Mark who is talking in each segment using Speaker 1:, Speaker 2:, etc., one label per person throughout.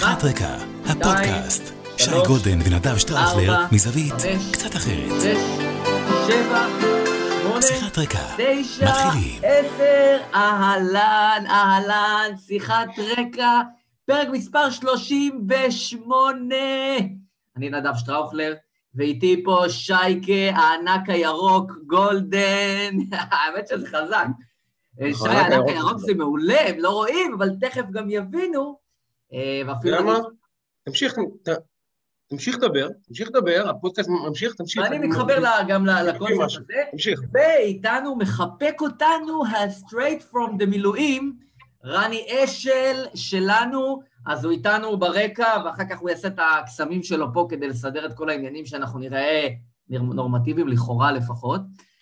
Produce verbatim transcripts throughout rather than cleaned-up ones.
Speaker 1: שיחת רקע, הפודקאסט. שי גולדן ונדב שטראוכלר מזווית קצת אחרת.
Speaker 2: שבע, שמונה,
Speaker 1: שיחת רקע,
Speaker 2: תשע,
Speaker 1: מתחילים.
Speaker 2: עשר, אהלן, אהלן, שיחת רקע, פרק מספר שלושים ושמונה. אני נדב שטראוכלר, ואיתי פה שייקה, הענק הירוק, גולדן. האמת שזה חזק. שי, הענק הירוק זה מעולה, הם לא רואים, אבל תכף גם יבינו. ואפילו
Speaker 3: למה? תמשיך, תמשיך לדבר, תמשיך לדבר, הפודקאסט ממשיך, תמשיך.
Speaker 2: ואני מתחבר גם לקונספט הזה.
Speaker 3: תמשיך.
Speaker 2: ואיתנו, מחפק אותנו, ה-straight from the מילואים, רני אשל שלנו, אז הוא איתנו ברקע, ואחר כך הוא יעשה את הקסמים שלו פה, כדי לסדר את כל העניינים שאנחנו נראה נורמטיביים, לכאורה לפחות.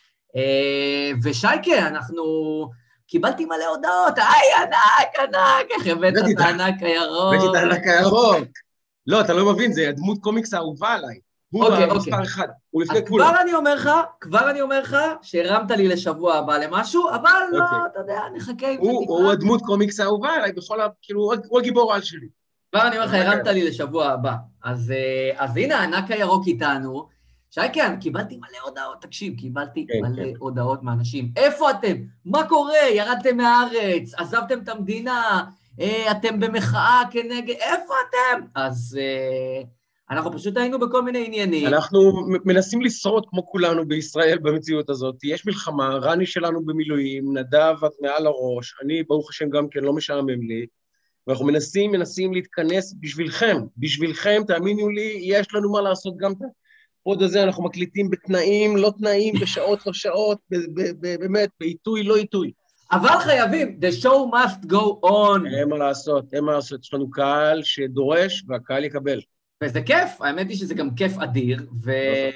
Speaker 2: ושייקה, אנחנו... קיבלתי מלא הודעות, היי, ענק, ענק, איך הבאת את הענק הירוק?
Speaker 3: הבאתי את הענק הירוק. לא, אתה לא מבין, זה דמות קומיקס האהובה עליי. הוא במספר אחד, הוא לפני כולם.
Speaker 2: אז כבר אני אומר לך, כבר אני אומר לך, שהרמת לי לשבוע הבא למשהו, אבל לא, אתה יודע, נחכה עם זה תקווה.
Speaker 3: הוא הדמות קומיקס האהובה עליי, בכל ה... כאילו, הוא הגיבור על שלי.
Speaker 2: כבר אני אומר לך, הרמת לי לשבוע הבא. אז הנה, הענק הירוק איתנו, שייקה, קיבלתי מלא הודעות, תקשיב, קיבלתי
Speaker 3: כן,
Speaker 2: מלא
Speaker 3: כן.
Speaker 2: הודעות מאנשים. איפה אתם? מה קורה? ירדתם מהארץ? עזבתם את המדינה? אה, אתם במחאה כנגד... איפה אתם? אז אה, אנחנו פשוט היינו בכל מיני עניינים.
Speaker 3: אנחנו מנסים לשרוד כמו כולנו בישראל במציאות הזאת. יש מלחמה, רני שלנו במילואים, נדב את מעל הראש, אני ברוך השם גם כן לא משעמם לי, ואנחנו מנסים, מנסים להתכנס בשבילכם. בשבילכם, תאמינו לי, יש לנו מה לעשות גם פה. עוד הזה אנחנו מקליטים בתנאים, לא תנאים, בשעות לא שעות, באמת, בעיתוי לא עיתוי.
Speaker 2: אבל חייבים, the show must go on.
Speaker 3: אין מה לעשות, אין מה לעשות, יש לנו קהל שדורש והקהל יקבל.
Speaker 2: וזה כיף, האמת היא שזה גם כיף אדיר, ו...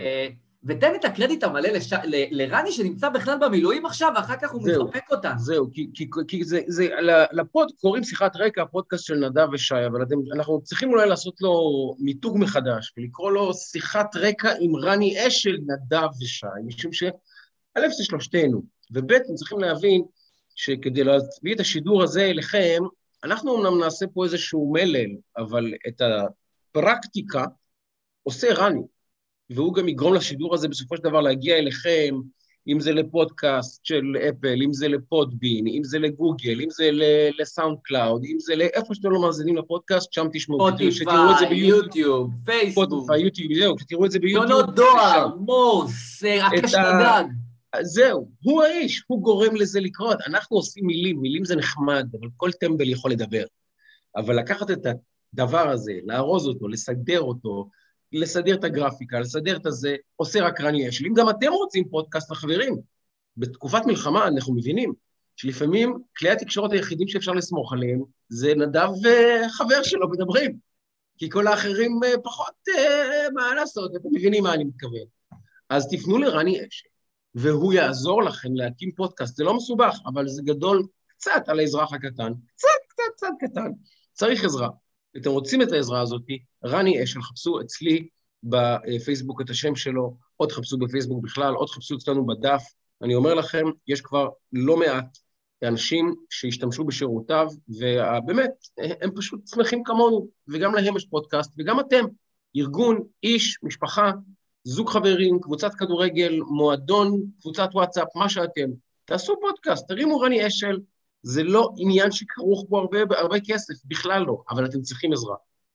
Speaker 2: ותן את הקרדיט המלא לש... ל... לרני שנמצא בכלל במילואים עכשיו, ואחר כך הוא
Speaker 3: זהו,
Speaker 2: מספק אותנו.
Speaker 3: זהו, כי, כי, כי זה, זה, לפוד קוראים שיחת רקע, הפודקאסט של נדב ושי, אבל אתם, אנחנו צריכים אולי לעשות לו מיתוג מחדש, ולקרוא לו שיחת רקע עם רני אשל, נדב ושי, משום ש... א' זה שלושתנו, וב' אתם צריכים להבין שכדי להביא את השידור הזה אליכם, אנחנו אמנם נעשה פה איזשהו מלל, אבל את הפרקטיקה עושה רני, והוא גם יגרום לשידור הזה בסופו של דבר להגיע אליכם, אם זה לפודקאסט של אפל, אם זה לפודבין, אם זה לגוגל, אם זה לסאונד קלאוד, אם זה לאיפה שאתם לא מאזינים לפודקאסט, שם תשמעו.
Speaker 2: ספוטיפיי, יוטיוב, פייסבוק.
Speaker 3: ספוטיפיי, יוטיוב, זהו, תראו את זה ביוטיוב.
Speaker 2: יונות דואר, מורס, הקש לדג.
Speaker 3: זהו, הוא האיש, הוא גורם לזה לקרות. אנחנו עושים מילים, מילים זה נחמד, אבל כל טמבל יכול לדבר. אבל לקחת את הדבר הזה, לארוז אותו, לסדר אותו, לסדר את הגרפיקה, לסדר את הזה, עושה רק רני אשל. אם גם אתם רוצים פודקאסט לחברים, בתקופת מלחמה אנחנו מבינים שלפעמים כלי התקשורת היחידים שאפשר לסמוך עליהם, זה נדב וחבר שלו מדברים, כי כל האחרים פחות מה לעשות, אתם מבינים מה אני מתכוון. אז תפנו לרני אשל, והוא יעזור לכם להקים פודקאסט, זה לא מסובך, אבל זה גדול קצת על האזרח הקטן, קצת, קצת, קצת קטן, צריך עזרה. אתם רוצים את העזרה הזאת, רני אשל, חפשו אצלי בפייסבוק את השם שלו, עוד חפשו בפייסבוק בכלל, עוד חפשו אצלנו בדף. אני אומר לכם, יש כבר לא מעט אנשים שהשתמשו בשירותיו, ובאמת, הם פשוט שמחים כמונו, וגם להם יש פודקאסט, וגם אתם, ארגון, איש, משפחה, זוג חברים, קבוצת כדורגל, מועדון, קבוצת וואטסאפ, מה שאתם, תעשו פודקאסט, תרימו רני אשל, זה לא עניין שכרוך בו הרבה, הרבה כסף, בכלל לא, אבל אתם צריכים עזרה.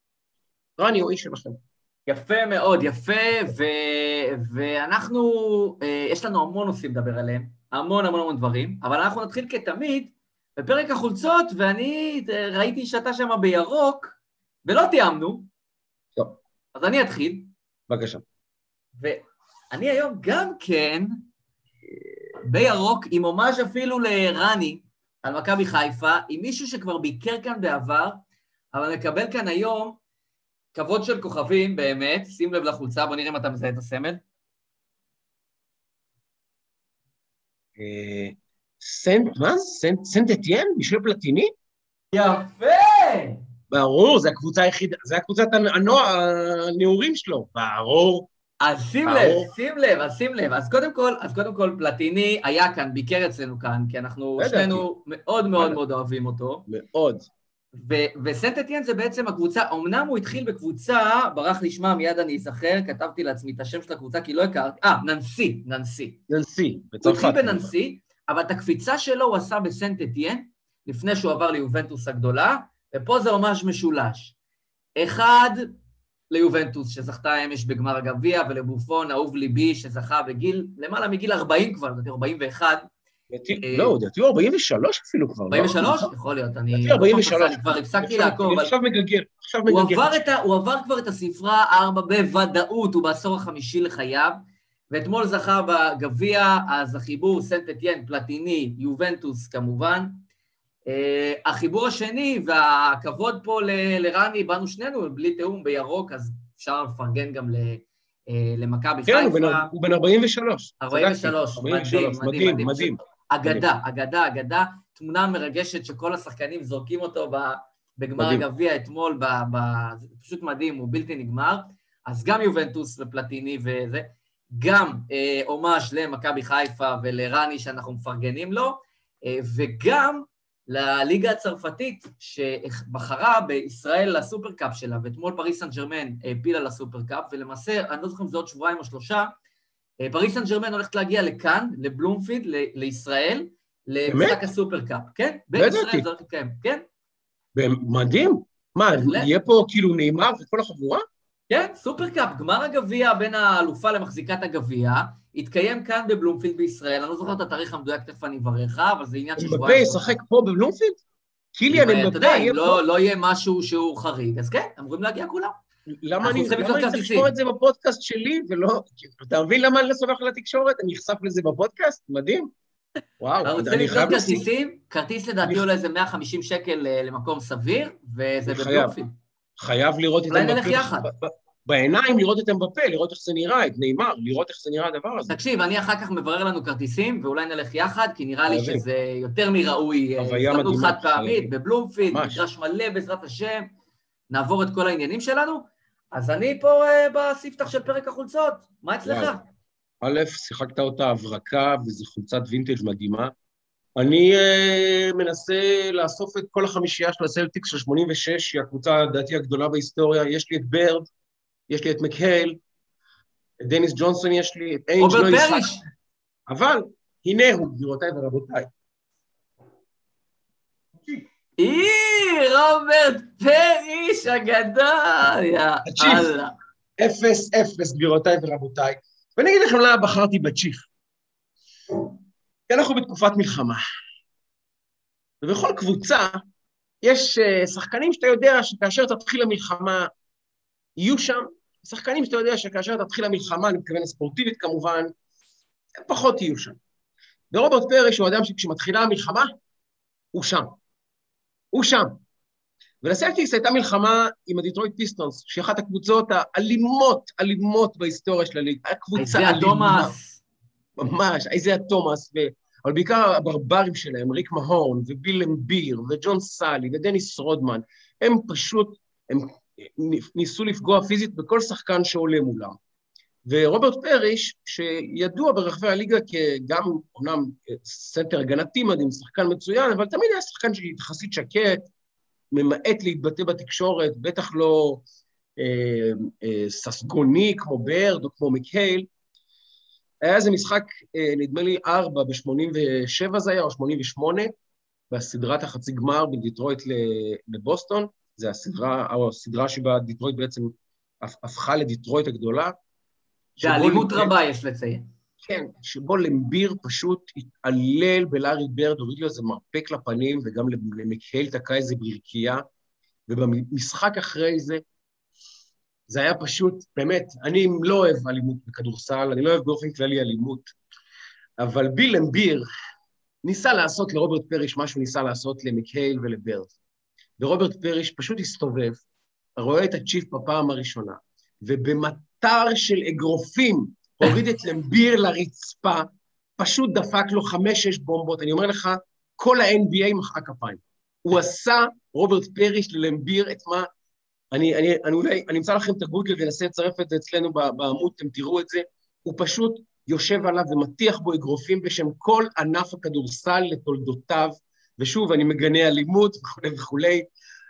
Speaker 3: רני הוא איש שלכם.
Speaker 2: יפה מאוד, יפה, ו... ואנחנו, יש לנו המון נושאים לדבר עליהם, המון המון המון דברים, אבל אנחנו נתחיל כתמיד בפרק החולצות, ואני ראיתי שאתה שם בירוק, ולא תיאמנו.
Speaker 3: טוב.
Speaker 2: אז אני אתחיל.
Speaker 3: בבקשה.
Speaker 2: ואני היום גם כן בירוק, עם הומאז' אפילו לרני, על מכבי חיפה, עם מישהו שכבר ביקר כאן בעבר, אבל מקבל כאן היום כבוד של כוכבים, באמת. שים לב לחולצה, בוא נראה אם אתה מזהה את הסמל.
Speaker 3: סנט, מה זה? סנט אתיין? מישל פלטיני?
Speaker 2: יפה!
Speaker 3: ברור, זה הקבוצה היחידה, זה הקבוצת הנעורים שלו, ברור.
Speaker 2: אז שים לב, שים לב, אז שים לב. אז קודם כל, אז קודם כל, פלטיני היה כאן, ביקר אצלנו כאן, כי אנחנו שנינו מאוד מאוד מאוד אוהבים אותו.
Speaker 3: מאוד.
Speaker 2: וסנט אתיין זה בעצם הקבוצה, אמנם הוא התחיל בקבוצה, ברח לשמה, מיד אני אזכר, כתבתי לעצמי את השם של הקבוצה, כי לא הכרתי, אה, ננסי, ננסי.
Speaker 3: ננסי,
Speaker 2: בצרפת. הוא התחיל בננסי, אבל את הקפיצה שלו הוא עשה בסנט אתיין, לפני שהוא עבר ליובנטוס הגדולה, ופה זה ממש משולש. אחד, ליובנטוס, שזכתה אמש בגמר הגביע, ולבופון, אהוב ליבי, שזכה בגיל, למעלה מגיל ארבעים כבר, לדעתי ארבעים ואחת.
Speaker 3: לא, דעתי הוא ארבעים ושלוש אפילו כבר.
Speaker 2: ארבעים ושלוש? יכול להיות, אני...
Speaker 3: דעתי ארבעים ושלוש.
Speaker 2: אני כבר הפסקתי לעקוב, אבל...
Speaker 3: עכשיו מגגר, עכשיו
Speaker 2: מגגר. הוא עבר כבר את הספרה ארבע בוודאות, הוא בעשור החמישי לחייו, ואתמול זכה בגביע, אז החיבור סנט אתיין, פלטיני, יובנטוס כמובן. החיבור השני והכבוד פה לרני, באנו שנינו בלי תאום בירוק, אז אפשר לפרגן גם למכבי חיפה.
Speaker 3: כן, הוא בן ארבעים ושלוש.
Speaker 2: ארבעים ושלוש, מדהים, מדהים, מדהים. אגדה, אגדה, אגדה, תמונה מרגשת שכל השחקנים זורקים אותו בגמר הגביע אתמול, פשוט מדהים, הוא בלתי נגמר. אז גם יובנטוס ופלטיני וזה, גם אומש למכבי חיפה ולרני שאנחנו מפרגנים לו, וגם לליגה הצרפתית שבחרה בישראל לסופרקאפ שלה, ואתמול פריס סן ג'רמן העפילה לסופרקאפ, ולמעשה, אני לא זוכר אם זה עוד שבועיים או שלושה, פריס סן ג'רמן הולכת להגיע לכאן, לבלומפילד, לישראל, למשחק הסופרקאפ, כן? בישראל זה הולך להתקיים, כן?
Speaker 3: מדהים. מה, יהיה פה כאילו נאמר וכל החבורה?
Speaker 2: כן, סופרקאפ, גמר הגביע בין האלופה למחזיקת הגביע, התקיים כאן בבלומפילד בישראל, אני לא זוכר את התאריך המדויק, תכף אני אברך, אבל זה עניין של שבועיים.
Speaker 3: אמבפה ישחק פה בבלומפילד? קיליאן אמבפה
Speaker 2: אתה יודע, אם לא יהיה משהו שהוא חריג, אז כן, אמורים להגיע כולם.
Speaker 3: למה אני צריך לשמוע את זה בפודקאסט שלי, ולא... אתה מבין למה אני לא סומך על התקשורת? אני אחשף לזה בפודקאסט? מדהים. וואו, אני חייב
Speaker 2: לשים. כרטיס לדעתי עולה איזה מאה וחמישים שקל למקום סביר, וזה בבלומפילד.
Speaker 3: חייב לראות את אמבפה. בעיניים לראות את אמבפה, לראות איך זה נראה, את נאמר, לראות איך זה נראה הדבר הזה.
Speaker 2: תקשיב, אני אחר כך מברר לנו כרטיסים, ואולי נלך יחד, כי נראה לי שזה יותר מראוי, הזדמנות חד פעמית, בבלומפילד, מגרש מלא בעזרת השם, נעבור את כל העניינים שלנו, אז אני פה בספתח של פרק החולצות, מה אצלך?
Speaker 3: א', שיחקת אותה הברקה, וזו חולצת וינטג' מדהימה. אני מנסה לאסוף את כל החמישייה של הסלטיקס של שמונים ושש, שהיא הקבוצה הדעתי הגדולה בהיסטוריה, יש לי את ברד, יש לי את מקהל, את דניס ג'ונסון יש לי, את איינג' לא ישחק. אבל, הנה הוא, גבירותיי ורבותיי.
Speaker 2: אי, רוברט פריש, הגדול, יאללה.
Speaker 3: אפס, אפס, גבירותיי ורבותיי. ואני אגיד לכם למה בחרתי בצ'יף. כי אנחנו בתקופת מלחמה. ובכל קבוצה, יש שחקנים שאתה יודע שכאשר תתחיל המלחמה, יהיו שם שחקנים שאתה יודע שכאשר תתחיל המלחמה, אני מתכוון הספורטיבית כמובן, הם פחות יהיו שם. ורוברט פריש הוא אדם שכשמתחילה המלחמה, הוא שם. הוא שם. ולסלטיקס הייתה מלחמה עם הדיטרויט פיסטונס, שהיא אחת הקבוצות האלימות, אלימות בהיסטוריה של הליגה. הקבוצה אלימה. ממש, איזה התומאס, ו... אבל בעיקר הברברים שלהם, ריק מהורן, וביל אמביר, וג'ון סאלי, ודניס רודמן, הם פשוט, הם ניסו לפגוע פיזית בכל שחקן שעולה מולם. ורוברט פריש, שידוע ברחבי הליגה כגם, אומנם סנטר הגנתי מדהים, שחקן מצוין, אבל תמיד היה שחקן שיחסית שקט, ממעט להתבטא בתקשורת, בטח לא אה, אה, ססגוני כמו ברד או כמו מקהל. היה איזה משחק, אה, נדמה לי ארבע ב-שמונים ושבע זה היה, או שמונים ושמונה, בסדרת החצי גמר בין דיטרויט לבוסטון, זה הסדרה, או הסדרה שבה דיטרויט בעצם הפכה לדיטרויט הגדולה.
Speaker 2: שאלימות רבה יש לציין.
Speaker 3: כן, שבו למביר פשוט התעלל בלארי ברד, הוריד לו איזה מרפק לפנים, וגם למקהל תקע איזה ברכייה, ובמשחק אחרי זה, זה היה פשוט, באמת, אני לא אוהב אלימות בכדורסל, אני לא אוהב באופן כללי אלימות, אבל ביל למביר ניסה לעשות לרוברט פריש מה שהוא ניסה לעשות למקהל ולברד. ורוברט פריש פשוט הסתובב, רואה את הצ'יף בפעם הראשונה, ובמטר של אגרופים, הוריד את למביר לרצפה, פשוט דפק לו חמש-שש בומבות, אני אומר לך, כל ה-אן בי איי מחא כפיים. הוא עשה, רוברט פריש ללמביר את מה, אני, אני, אני אולי, אני אמצא לכם את הגוגל וננסה לצרף את זה אצלנו בעמוד, אתם תראו את זה, הוא פשוט יושב עליו ומטיח בו אגרופים בשם כל ענף הכדורסל לתולדותיו, ושוב, אני מגנה אלימות וכו' וכו',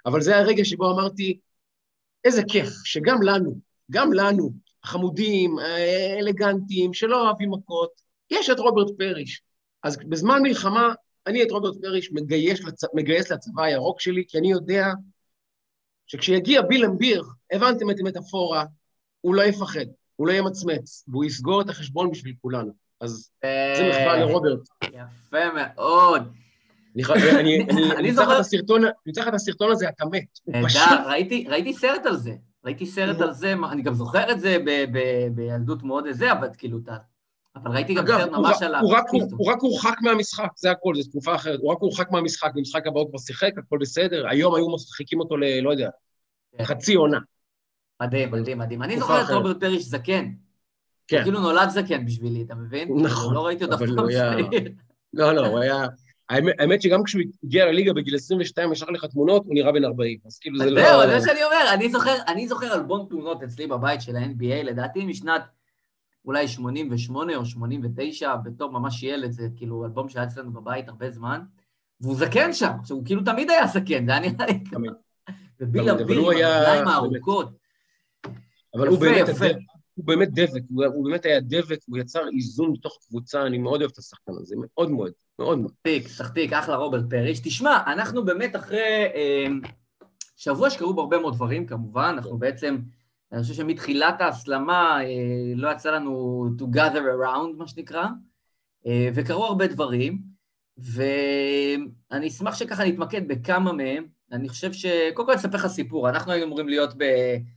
Speaker 3: אבל זה הרגע שבו אמרתי, איזה כיף, שגם לנו, גם לנו, החמודים, האלגנטיים, שלא אוהבים מכות, יש את רוברט פריש. אז בזמן מלחמה, אני את רוברט פריש מגייס, לצ... מגייס לצבא הירוק שלי, כי אני יודע שכשיגיע בילם ביר, הבנתם את המטאפורה, הוא לא יפחד, הוא לא ימצמץ, והוא יסגור את החשבון בשביל כולנו. אז זה מחווה לרוברט.
Speaker 2: יפה מאוד.
Speaker 3: אני צריך את הסרטון הזה, אתה מת.
Speaker 2: ראיתי סרט על זה, ראיתי סרט על זה, אני גם זוכר את זה בילדות מאוד איזה, אבל כאילו, אבל ראיתי גם סרט ממש על...
Speaker 3: הוא רק הורחק מהמשחק, זה הכל, זו תקופה אחרת, הוא רק הורחק מהמשחק, במשחק הבא הוא כבר שיחק, הכל בסדר, היום היו משחקים אותו ל... לא יודע, חצי עונה.
Speaker 2: מדהים, מדהים, מדהים. אני זוכר את רוברט פריש זקן. הוא כאילו נולד זקן בשבילי, אתה מבין?
Speaker 3: נכון.
Speaker 2: לא ראיתי אותו פעם צעיר.
Speaker 3: לא, לא, הוא היה... האמת שגם כשהוא הגיע לליגה בגיל עשרים ושתיים, ישר לך תמונות, הוא נראה בן ארבעים. אז כאילו זה לא...
Speaker 2: זהו, זה שאני אומר, אני זוכר אלבום תמונות אצלי בבית של ה-אן בי איי, לדעתי משנת אולי שמונים ושמונה או שמונים ותשע, בתור ממש ילד, זה כאילו אלבום שהיה אצלנו בבית הרבה זמן, והוא זקן שם, הוא כאילו תמיד היה זקן, זה היה נראה לי כמה. ובילה ביל, עם הרגליים הארוכות.
Speaker 3: אבל הוא באמת דבק, הוא באמת היה דבק, הוא יצר איזון מתוך קבוצה, אני מאוד אוהב את השחקן הזה, מאוד מאוד, מאוד מאוד.
Speaker 2: סחטיק, סחטיק, אחלה רוברט פריש. תשמע, אנחנו באמת אחרי שבוע שקרו בהרבה מאוד דברים, כמובן, אנחנו בעצם, אני חושב שמתחילת ההסלמה לא יצא לנו to gather around, מה שנקרא, וקרו הרבה דברים, ואני אשמח שככה נתמקד בכמה מהם. אני חושב שקודם כל אספר לך סיפור, אנחנו היינו אמורים להיות ב...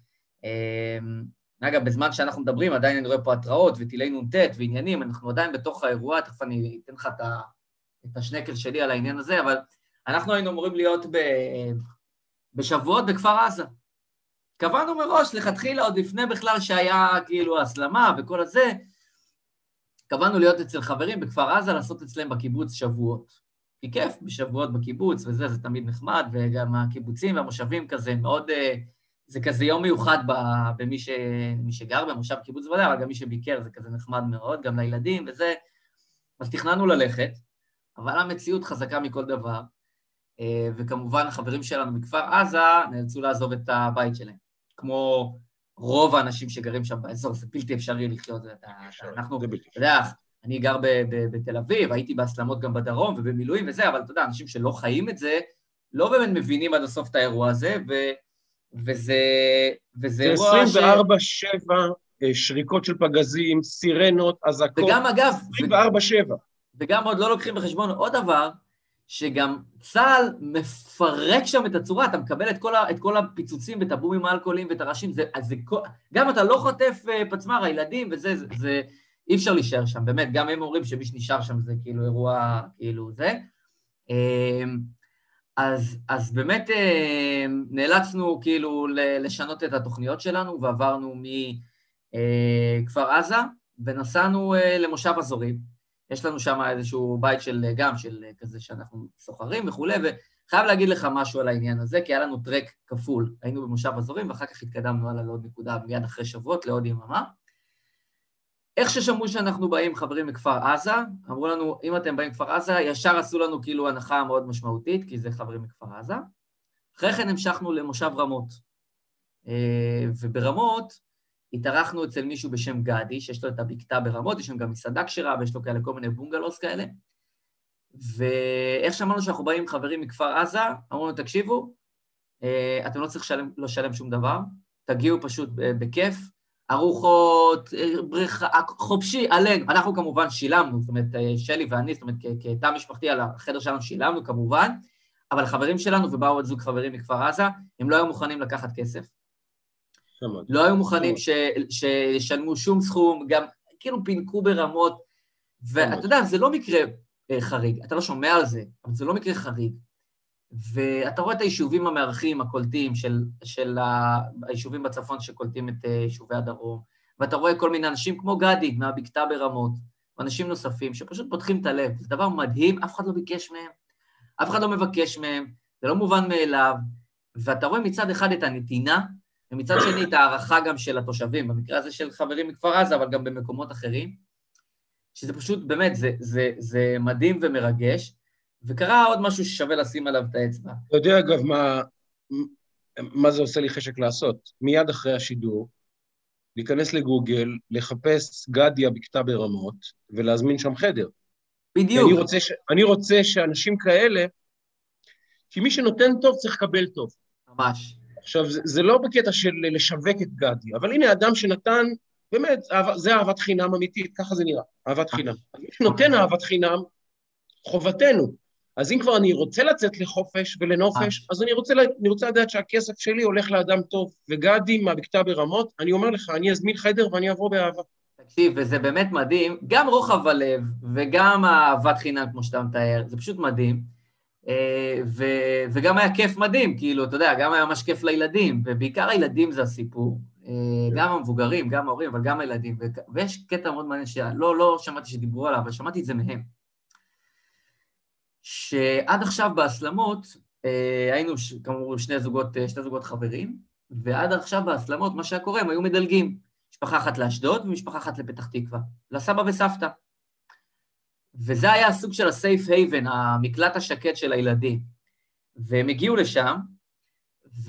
Speaker 2: אגב, בזמן שאנחנו מדברים, עדיין אני רואה פה התראות וטילי נונטט ועניינים, אנחנו עדיין בתוך האירוע, תכף אני אתן לך את השנקל שלי על העניין הזה, אבל אנחנו היינו אמורים להיות בשבועות בכפר עזה. קבענו מראש, לכתחילה, עוד לפני בכלל שהיה כאילו ההסלמה וכל הזה, קבענו להיות אצל חברים בכפר עזה, לעשות אצלם בקיבוץ שבועות. כי כיף בשבועות בקיבוץ, וזה, זה תמיד נחמד, וגם הקיבוצים והמושבים כזה מאוד... זה כזה יום מיוחד במי ש... מי שגר במושב קיבוץ ודאי, אבל גם מי שביקר זה כזה נחמד מאוד, גם לילדים וזה. אז תכננו ללכת, אבל המציאות חזקה מכל דבר, וכמובן החברים שלנו מכפר עזה נאלצו לעזוב את הבית שלהם. כמו רוב האנשים שגרים שם באזור, זה בלתי אפשרי לחיות. אנחנו, אתה יודע, אני גר בתל אביב, הייתי בהסלמות גם בדרום ובמילואים וזה, אבל אתה יודע, אנשים שלא חיים את זה, לא באמת מבינים עד הסוף את האירוע הזה, ו... וזה, וזה אירוע ש...
Speaker 3: עשרים וארבע שבע שריקות של פגזים, סירנות, אזעקות.
Speaker 2: וגם אגב...
Speaker 3: עשרים וארבע שבע.
Speaker 2: וגם עוד לא לוקחים בחשבון עוד דבר, שגם צה"ל מפרק שם את הצורה, אתה מקבל את כל, ה, את כל הפיצוצים ואת הבומים האלכוהולים ואת הראשים, זה, אז זה, גם אתה לא חוטף פצמר, הילדים וזה, זה, זה, אי אפשר להישאר שם, באמת, גם הם אומרים שמי שנשאר שם זה כאילו אירוע, כאילו זה. אז, אז באמת נאלצנו כאילו לשנות את התוכניות שלנו, ועברנו מכפר עזה, ונסענו למושב אזורים. יש לנו שם איזשהו בית של גם של כזה שאנחנו סוחרים וכו', וחייב להגיד לך משהו על העניין הזה, כי היה לנו טרק כפול. היינו במושב אזורים, ואחר כך התקדמנו על עוד נקודה מיד אחרי שבועות, לעוד יממה. איך ששמעו שאנחנו באים חברים מכפר עזה, אמרו לנו, אם אתם באים מכפר עזה, ישר עשו לנו כאילו הנחה מאוד משמעותית, כי זה חברים מכפר עזה. אחרי כן המשכנו למושב רמות. וברמות התארחנו אצל מישהו בשם גדי, שיש לו את הבקתה ברמות, יש שם גם מסעדה כשרה, ויש לו כאלה כל מיני בונגלוס כאלה. ואיך שמענו שאנחנו באים חברים מכפר עזה, אמרו לנו, תקשיבו, אתם לא צריכים לשלם, לא לשלם שום דבר, תגיעו פשוט בכיף, ארוחות, בריכה, חופשי, עלינו, אנחנו כמובן שילמנו, זאת אומרת, שלי ואני, זאת אומרת, כתא משפחתי על החדר שלנו שילמנו כמובן, אבל חברים שלנו, ובאו עוד זוג חברים מכפר עזה, הם לא היו מוכנים לקחת כסף. לא היו מוכנים שישלמו שום סכום, גם כאילו פינקו ברמות, ואתה יודע, זה לא מקרה חריג, אתה לא שומע על זה, אבל זה לא מקרה חריג. ואתה רואה את היישובים המארחים, הקולטים של, של היישובים בצפון שקולטים את יישובי הדרום, ואתה רואה כל מיני אנשים כמו גדי, מהבקתה ברמות, ואנשים נוספים שפשוט פותחים את הלב. זה דבר מדהים, אף אחד לא ביקש מהם, אף אחד לא מבקש מהם, זה לא מובן מאליו, ואתה רואה מצד אחד את הנתינה, ומצד שני את הערכה גם של התושבים, במקרה הזה של חברים מכפר עזה, אבל גם במקומות אחרים, שזה פשוט, באמת, זה, זה, זה מדהים ומרגש, וקרה עוד משהו ששווה לשים עליו את האצבע.
Speaker 3: אתה יודע, אגב, מה, מה זה עושה לי חשק לעשות? מיד אחרי השידור, להיכנס לגוגל, לחפש גדיה בקתה ברמות, ולהזמין שם חדר.
Speaker 2: בדיוק.
Speaker 3: אני רוצה, ש... אני רוצה שאנשים כאלה, כי מי שנותן טוב צריך לקבל טוב.
Speaker 2: ממש.
Speaker 3: עכשיו, זה, זה לא בקטע של לשווק את גדי, אבל הנה אדם שנתן, באמת, זה אהבת חינם אמיתית, ככה זה נראה, אהבת חינם. מי שנותן אהבת חינם, חובתנו. אז אם כבר אני רוצה לצאת לחופש ולנופש, אז אני רוצה, אני רוצה לדעת שהכסף שלי הולך לאדם טוב, וגדי מהבקתה ברמות, אני אומר לך, אני אזמין חדר ואני אעבור באהבה.
Speaker 2: תקשיב, וזה באמת מדהים, גם רוחב הלב וגם אהבת חינם, כמו שאתה מתאר, זה פשוט מדהים, ו- וגם היה כיף מדהים, כאילו, אתה יודע, גם היה ממש כיף לילדים, ובעיקר הילדים זה הסיפור, גם המבוגרים, גם ההורים, אבל גם הילדים, ו- ויש קטע מאוד מעניין שלא, לא שמעתי שדיברו עליו, אבל שמעתי את זה מהם. שעד עכשיו בהסלמות, היינו כמובן שני זוגות, שני זוגות חברים, ועד עכשיו בהסלמות, מה שהיה קורה, הם היו מדלגים, משפחה אחת לאשדוד ומשפחה אחת לפתח תקווה, לסבא וסבתא. וזה היה הסוג של הסייף הייבן, המקלט השקט של הילדים. והם הגיעו לשם, ו...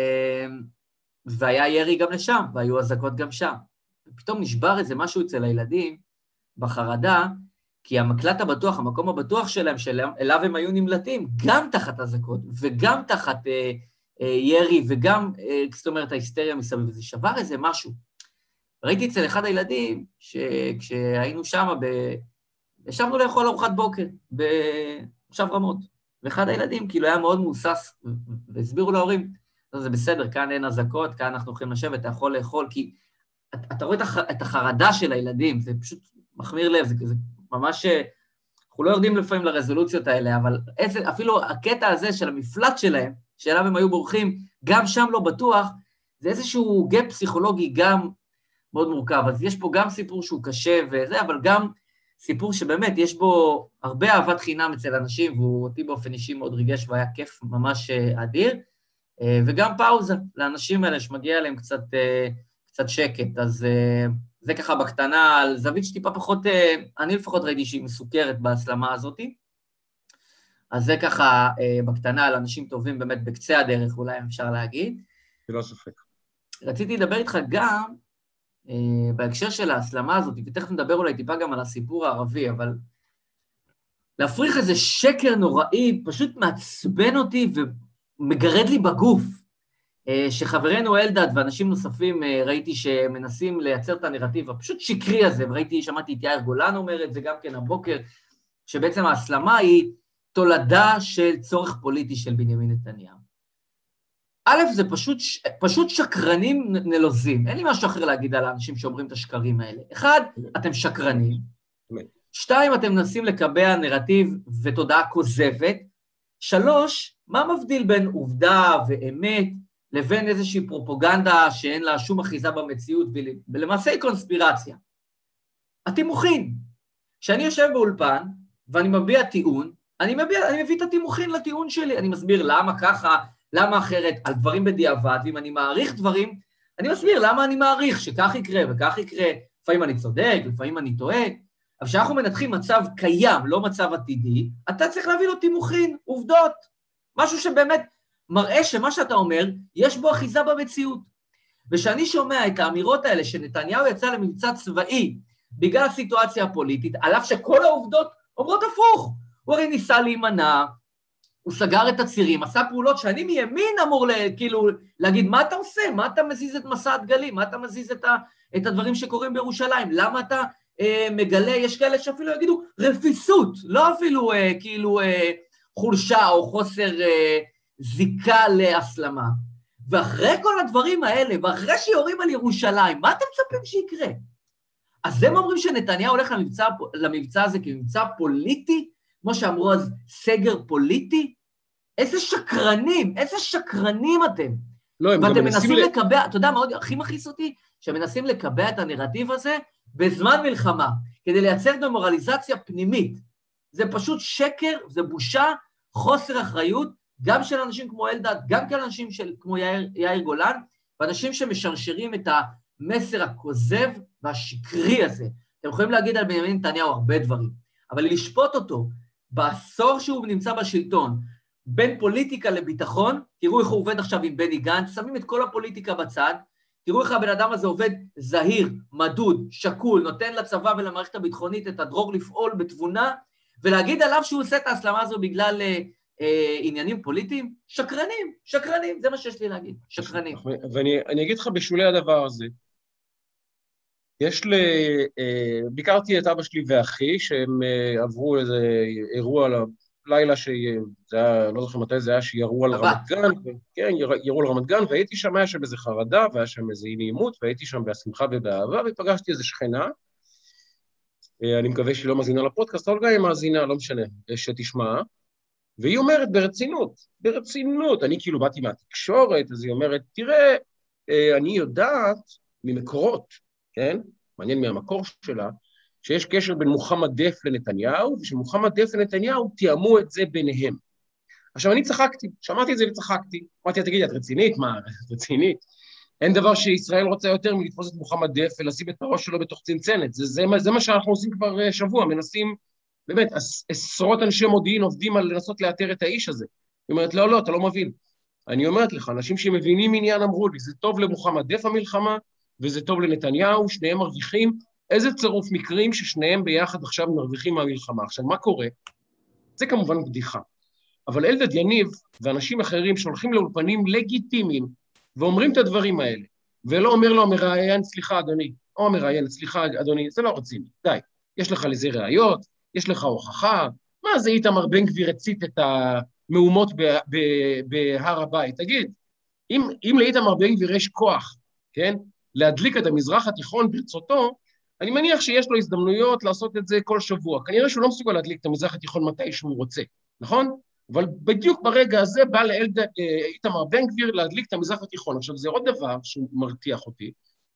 Speaker 2: והיה ירי גם לשם, והיו אזעקות גם שם. ופתאום נשבר איזה משהו אצל הילדים, בחרדה, כי המקלט הבטוח, המקום הבטוח שלהם, שאליו הם היו נמלטים, גם תחת אזעקות, וגם תחת אה, אה, ירי, וגם, אה, זאת אומרת, ההיסטריה מסביב, זה שבר איזה משהו. ראיתי אצל אחד הילדים, שכשהיינו שם, ב... ישבנו לאכול ארוחת בוקר, במושב רמות, ואחד הילדים כאילו היה מאוד מוסס, והסבירו להורים, זה בסדר, כאן אין אזעקות, כאן אנחנו יכולים לשבת, אתה יכול לאכול, כי אתה רואה את החרדה של הילדים, זה פשוט מחמיר לב, זה, זה ממש, אנחנו לא יורדים לפעמים לרזולוציות האלה, אבל אפילו הקטע הזה של המפלט שלהם, שאליו הם היו בורחים, גם שם לא בטוח, זה איזשהו גאפ פסיכולוגי גם מאוד מורכב, אז יש פה גם סיפור שהוא קשה וזה, אבל גם סיפור שבאמת יש בו הרבה אהבת חינם אצל אנשים, והוא אותי באופן אישי מאוד ריגש, והיה כיף ממש אדיר, וגם פאוזה לאנשים האלה שמגיע להם קצת, קצת שקט, אז זה ככה בקטנה, על זווית שטיפה פחות, אני לפחות ראיתי שהיא מסוכרת בהסלמה הזאת, אז זה ככה בקטנה על אנשים טובים באמת בקצה הדרך, אולי אפשר להגיד.
Speaker 3: לא ספק.
Speaker 2: רציתי לדבר איתך גם, בהקשר של ההסלמה הזאת, ותכף נדבר אולי טיפה גם על הסיפור הערבי, אבל להפריך איזה שקר נוראי, פשוט מעצבן אותי ומגרד לי בגוף, שחברנו אלדד ואנשים נוספים ראיתי שמנסים לייצר את הנרטיב הפשוט שקרי הזה, וראיתי, שמעתי את יאיר גולן אומר את זה גם כן הבוקר, שבעצם ההסלמה היא תולדה של צורך פוליטי של בנימין נתניהו. א', זה פשוט, פשוט שקרנים נלוזים. אין לי משהו אחר להגיד על האנשים שאומרים את השקרים האלה. אחד, אתם שקרנים. שתיים, אתם מנסים לקבע נרטיב ותודעה כוזבת. שלוש, מה מבדיל בין עובדה ואמת לבין איזושהי פרופוגנדה שאין לה שום אחיזה במציאות, ולמעשה היא קונספירציה. התימוכין. כשאני יושב באולפן ואני מביע טיעון, אני, מביע, אני מביא את התימוכין לטיעון שלי, אני מסביר למה ככה, למה אחרת, על דברים בדיעבד, ואם אני מעריך דברים, אני מסביר למה אני מעריך שכך יקרה וכך יקרה, לפעמים אני צודק, לפעמים אני טועה, אבל כשאנחנו מנתחים מצב קיים, לא מצב עתידי, אתה צריך להביא לו תימוכין, עובדות, משהו שבאמת מראה שמה שאתה אומר, יש בו אחיזה במציאות. ושאני שומע את האמירות האלה שנתניהו יצא למבצע צבאי, בגלל הסיטואציה הפוליטית, על אף שכל העובדות אומרות הפוך, הוא הרי ניסה להימנע, הוא סגר את הצירים, עשה פעולות שאני מימין אמור כאילו להגיד, מה אתה עושה? מה אתה מזיז את מסע הדגלים? מה אתה מזיז את, ה, את הדברים שקורים בירושלים? למה אתה אה, מגלה, יש כאלה שאפילו יגידו רפיסות, לא אפילו אה, כאילו אה, חולשה או חוסר אה, זיקה להסלמה. ואחרי כל הדברים האלה, ואחרי שיורים על ירושלים, מה אתם מצפים שיקרה? אז הם אומרים שנתניהו הולך למבצע, למבצע הזה כמבצע פוליטי, כמו שאמרו אז, סגר פוליטי? איזה שקרנים, איזה שקרנים אתם.
Speaker 3: לא, הם
Speaker 2: ואתם
Speaker 3: גם
Speaker 2: מנסים
Speaker 3: ל...
Speaker 2: לקבע, אתה יודע מה עוד הכי מכעיס אותי? שמנסים לקבע את הנרטיב הזה בזמן מלחמה, כדי לייצר דמורליזציה פנימית. זה פשוט שקר, זה בושה, חוסר אחריות, גם של אנשים כמו אלדד, גם של אנשים של, כמו יאיר, יאיר גולן, ואנשים שמשרשרים את המסר הכוזב והשקרי הזה. אתם יכולים להגיד על בנימין נתניהו הרבה דברים, אבל לשפוט אותו, בעשור שהוא נמצא בשלטון, בין פוליטיקה לביטחון, תראו איך הוא עובד עכשיו עם בני גנץ, שמים את כל הפוליטיקה בצד, תראו איך הבן אדם הזה עובד זהיר, מדוד, שקול, נותן לצבא ולמערכת הביטחונית את הדרור לפעול בתבונה, ולהגיד עליו שהוא עושה את ההסלמה הזו בגלל אה, אה, עניינים פוליטיים, שקרנים, שקרנים, זה מה שיש לי להגיד, שקרנים.
Speaker 3: ואני אני אגיד לך בשולי הדבר הזה, יש לי, אה, ביקרתי את אבא שלי ואחי, שהם אה, עברו איזה אירוע לילה שזה היה, לא זוכר מתי זה היה, שירו על רמת גן, כן, ירו על רמת גן, והייתי שם, היה שם איזה חרדה, והיה שם איזה נעימות, והייתי שם בהשמחה ובאהבה, ופגשתי איזה שכנה, אני מקווה שהיא לא מאזינה לפודקאסט, אבל גם היא מאזינה, לא משנה, שתשמע, והיא אומרת ברצינות, ברצינות, אני כאילו באתי מהתקשורת, אז היא אומרת, תראה, אני יודעת ממקורות, כן, מעניין מהמקור שלה, שיש קשר בין מוחמד דף לנתניהו, ושמוחמד דף לנתניהו תיאמו את זה ביניהם. עכשיו, אני צחקתי, שמעתי את זה וצחקתי, אמרתי, תגידי, את רצינית? מה, רצינית? אין דבר שישראל רוצה יותר מלתפוס את מוחמד דף ולשים את הראש שלו בתוך צנצנת, זה, זה, זה מה שאנחנו עושים כבר שבוע, מנסים, באמת, עשרות אנשי מודיעין עובדים על לנסות לאתר את האיש הזה. היא אומרת, לא, לא, אתה לא מבין. אני אומרת לך, אנשים שמבינים עניין אמרו לי, זה טוב למוחמד דף המלחמה, וזה טוב לנתניהו, שניהם מרוויחים, איזה צירוף מקרים ששניהם ביחד עכשיו מרוויחים מהמלחמה. עכשיו, מה קורה? זה כמובן בדיחה. אבל אלדד יניב ואנשים אחרים שהולכים לאולפנים לגיטימיים, ואומרים את הדברים האלה, ולא אומר לו המראיין, סליחה אדוני, או המראיין, סליחה אדוני, זה לא רציני, די. יש לך לזה ראיות, יש לך הוכחה, מה זה איתמר בן גביר הצית את המהומות בהר הבית? תגיד, אם, אם לאיתמר בן גביר יש כוח, כן, להדליק את המזרח התיכון ברצותו, אני מניח שיש לו הזדמנויות לעשות את זה כל שבוע. כנראה שהוא לא מסוגל להדליק את המזרח התיכון מתי שהוא רוצה, נכון? אבל בדיוק ברגע הזה בא לאלדד, איתמר בן גביר להדליק את המזרח התיכון. עכשיו, זה עוד דבר שהוא מרתיח אותי,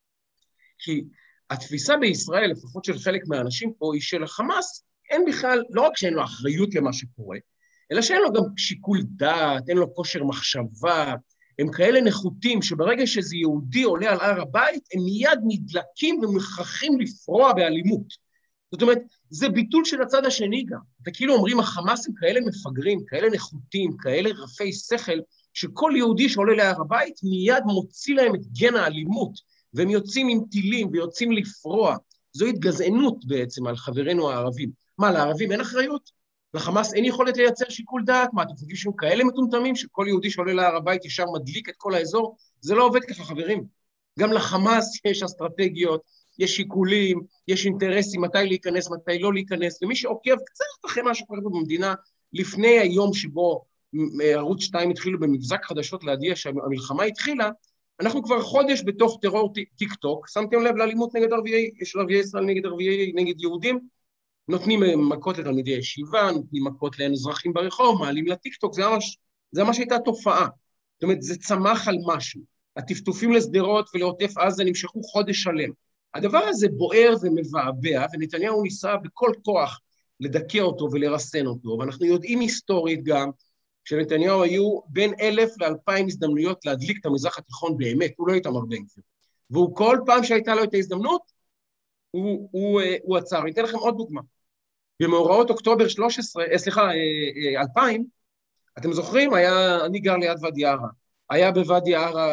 Speaker 3: כי התפיסה בישראל, לפחות של חלק מהאנשים פה, היא של החמאס, אין בכלל, לא רק שאין לו אחריות למה שקורה, אלא שאין לו גם שיקול דעת, אין לו כושר מחשבה, הם כאלה נחותים שברגע שזה יהודי עולה על הר הבית, הם מיד נדלקים ומוכרחים לפרוע באלימות. זאת אומרת, זה ביטול של הצד השני גם. וכאילו אומרים, החמאס הם כאלה מפגרים, כאלה נחותים, כאלה רפי שכל, שכל יהודי שעולה להר הבית מיד מוציא להם את גן האלימות, והם יוצאים עם טילים ויוצאים לפרוע. זו התגזענות בעצם על חברינו הערבים. מה, לערבים אין אחריות? לחמאס אין יכולת לייצר שיקול דעת? מה, אתם חושבים שהם כאלה מטומטמים שכל יהודי שעולה להר הבית ישר מדליק את כל האזור? זה לא עובד ככה, חברים. גם לחמאס יש אסטרטגיות, יש שיקולים, יש אינטרסים, מתי להיכנס, מתי לא להיכנס, ומי שעוקב קצת אחרי מה שקורה במדינה, לפני היום שבו ערוץ שתיים התחילו במבזק חדשות להדיע שהמלחמה התחילה, אנחנו כבר חודש בתוך טרור טיק טוק, שמתם לב לאלימות נגד ערביי, יש ערביי ישראל נגד ערביי, נגד יהודים, נותנים מכות לתלמידי ישיבה, נותנים מכות לאזרחים ברחוב, מעלים לטיק טוק, זה ממש, זה ממש הייתה תופעה. זאת אומרת, זה צמח על משהו. הטפטופים לשדרות ולעוטף עזה נמשכו חודש שלם. הדבר הזה בוער ומבעבע, ונתניהו ניסה בכל כוח לדכא אותו ולרסן אותו, ואנחנו יודעים היסטורית גם, שנתניהו היו בין אלף לאלפיים הזדמנויות להדליק את המזרח התיכון באמת, הוא לא איתמר בן גביר. והוא כל פעם שהייתה לו את ההזדמנות, הוא, הוא, הוא עצר. אני אתן לכם עוד דוגמה. במאורעות אוקטובר שלוש עשרה, סליחה, אלפיים, אתם זוכרים? היה, אני גר ליד ואדי ערה. היה בוואדי ערה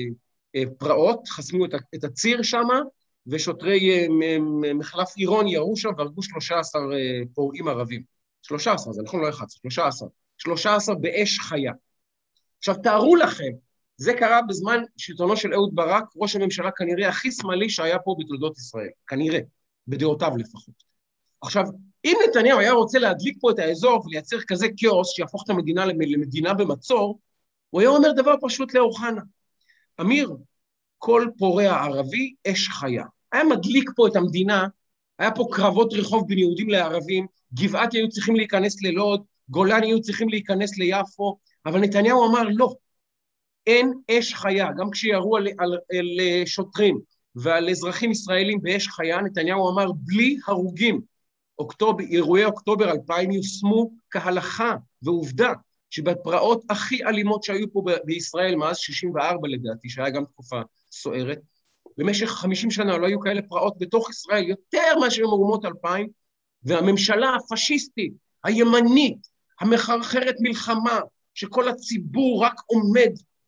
Speaker 3: פרעות, חסמו את הציר שם, ושוטרי מחלף עירון ירו שם, והרגו שלושה עשר פורעים ערבים. שלושה עשר, זה נכון לא אחד, שלושה עשר. שלושה עשר באש חיה. עכשיו, תארו לכם, זה קרה בזמן שלטונו של אהוד ברק, ראש הממשלה כנראה הכי שמאלי שהיה פה בתולדות ישראל, כנראה, בדעותיו לפחות. עכשיו, אם נתניהו היה רוצה להדליק פה את האזור ולייצר כזה כאוס שיהפוך את המדינה למדינה במצור, הוא היה אומר דבר פשוט לאוחנה. אמיר, כל פורע ערבי, אש חיה. היה מדליק פה את המדינה, היה פה קרבות רחוב בין יהודים לערבים, גבעת היו צריכים להיכנס ללוד, גולן היו צריכים להיכנס ליפו, אבל נתניהו אמר לא, אין אש חיה, גם כשירו על, על, על שוטרים ועל אזרחים ישראלים באש חיה, נתניהו אמר בלי הרוגים. אוקטובר, אירועי אוקטובר אלפיים יושמו כהלכה, ועובדה שבפרעות הכי אלימות שהיו פה ב- בישראל מאז שישים וארבע לדעתי, שהיה גם תקופה סוערת, במשך חמישים שנה לא היו כאלה פרעות בתוך ישראל, יותר מאשר מהומות אלפיים, והממשלה הפשיסטית, הימנית, המחרחרת מלחמה, שכל הציבור רק עומד,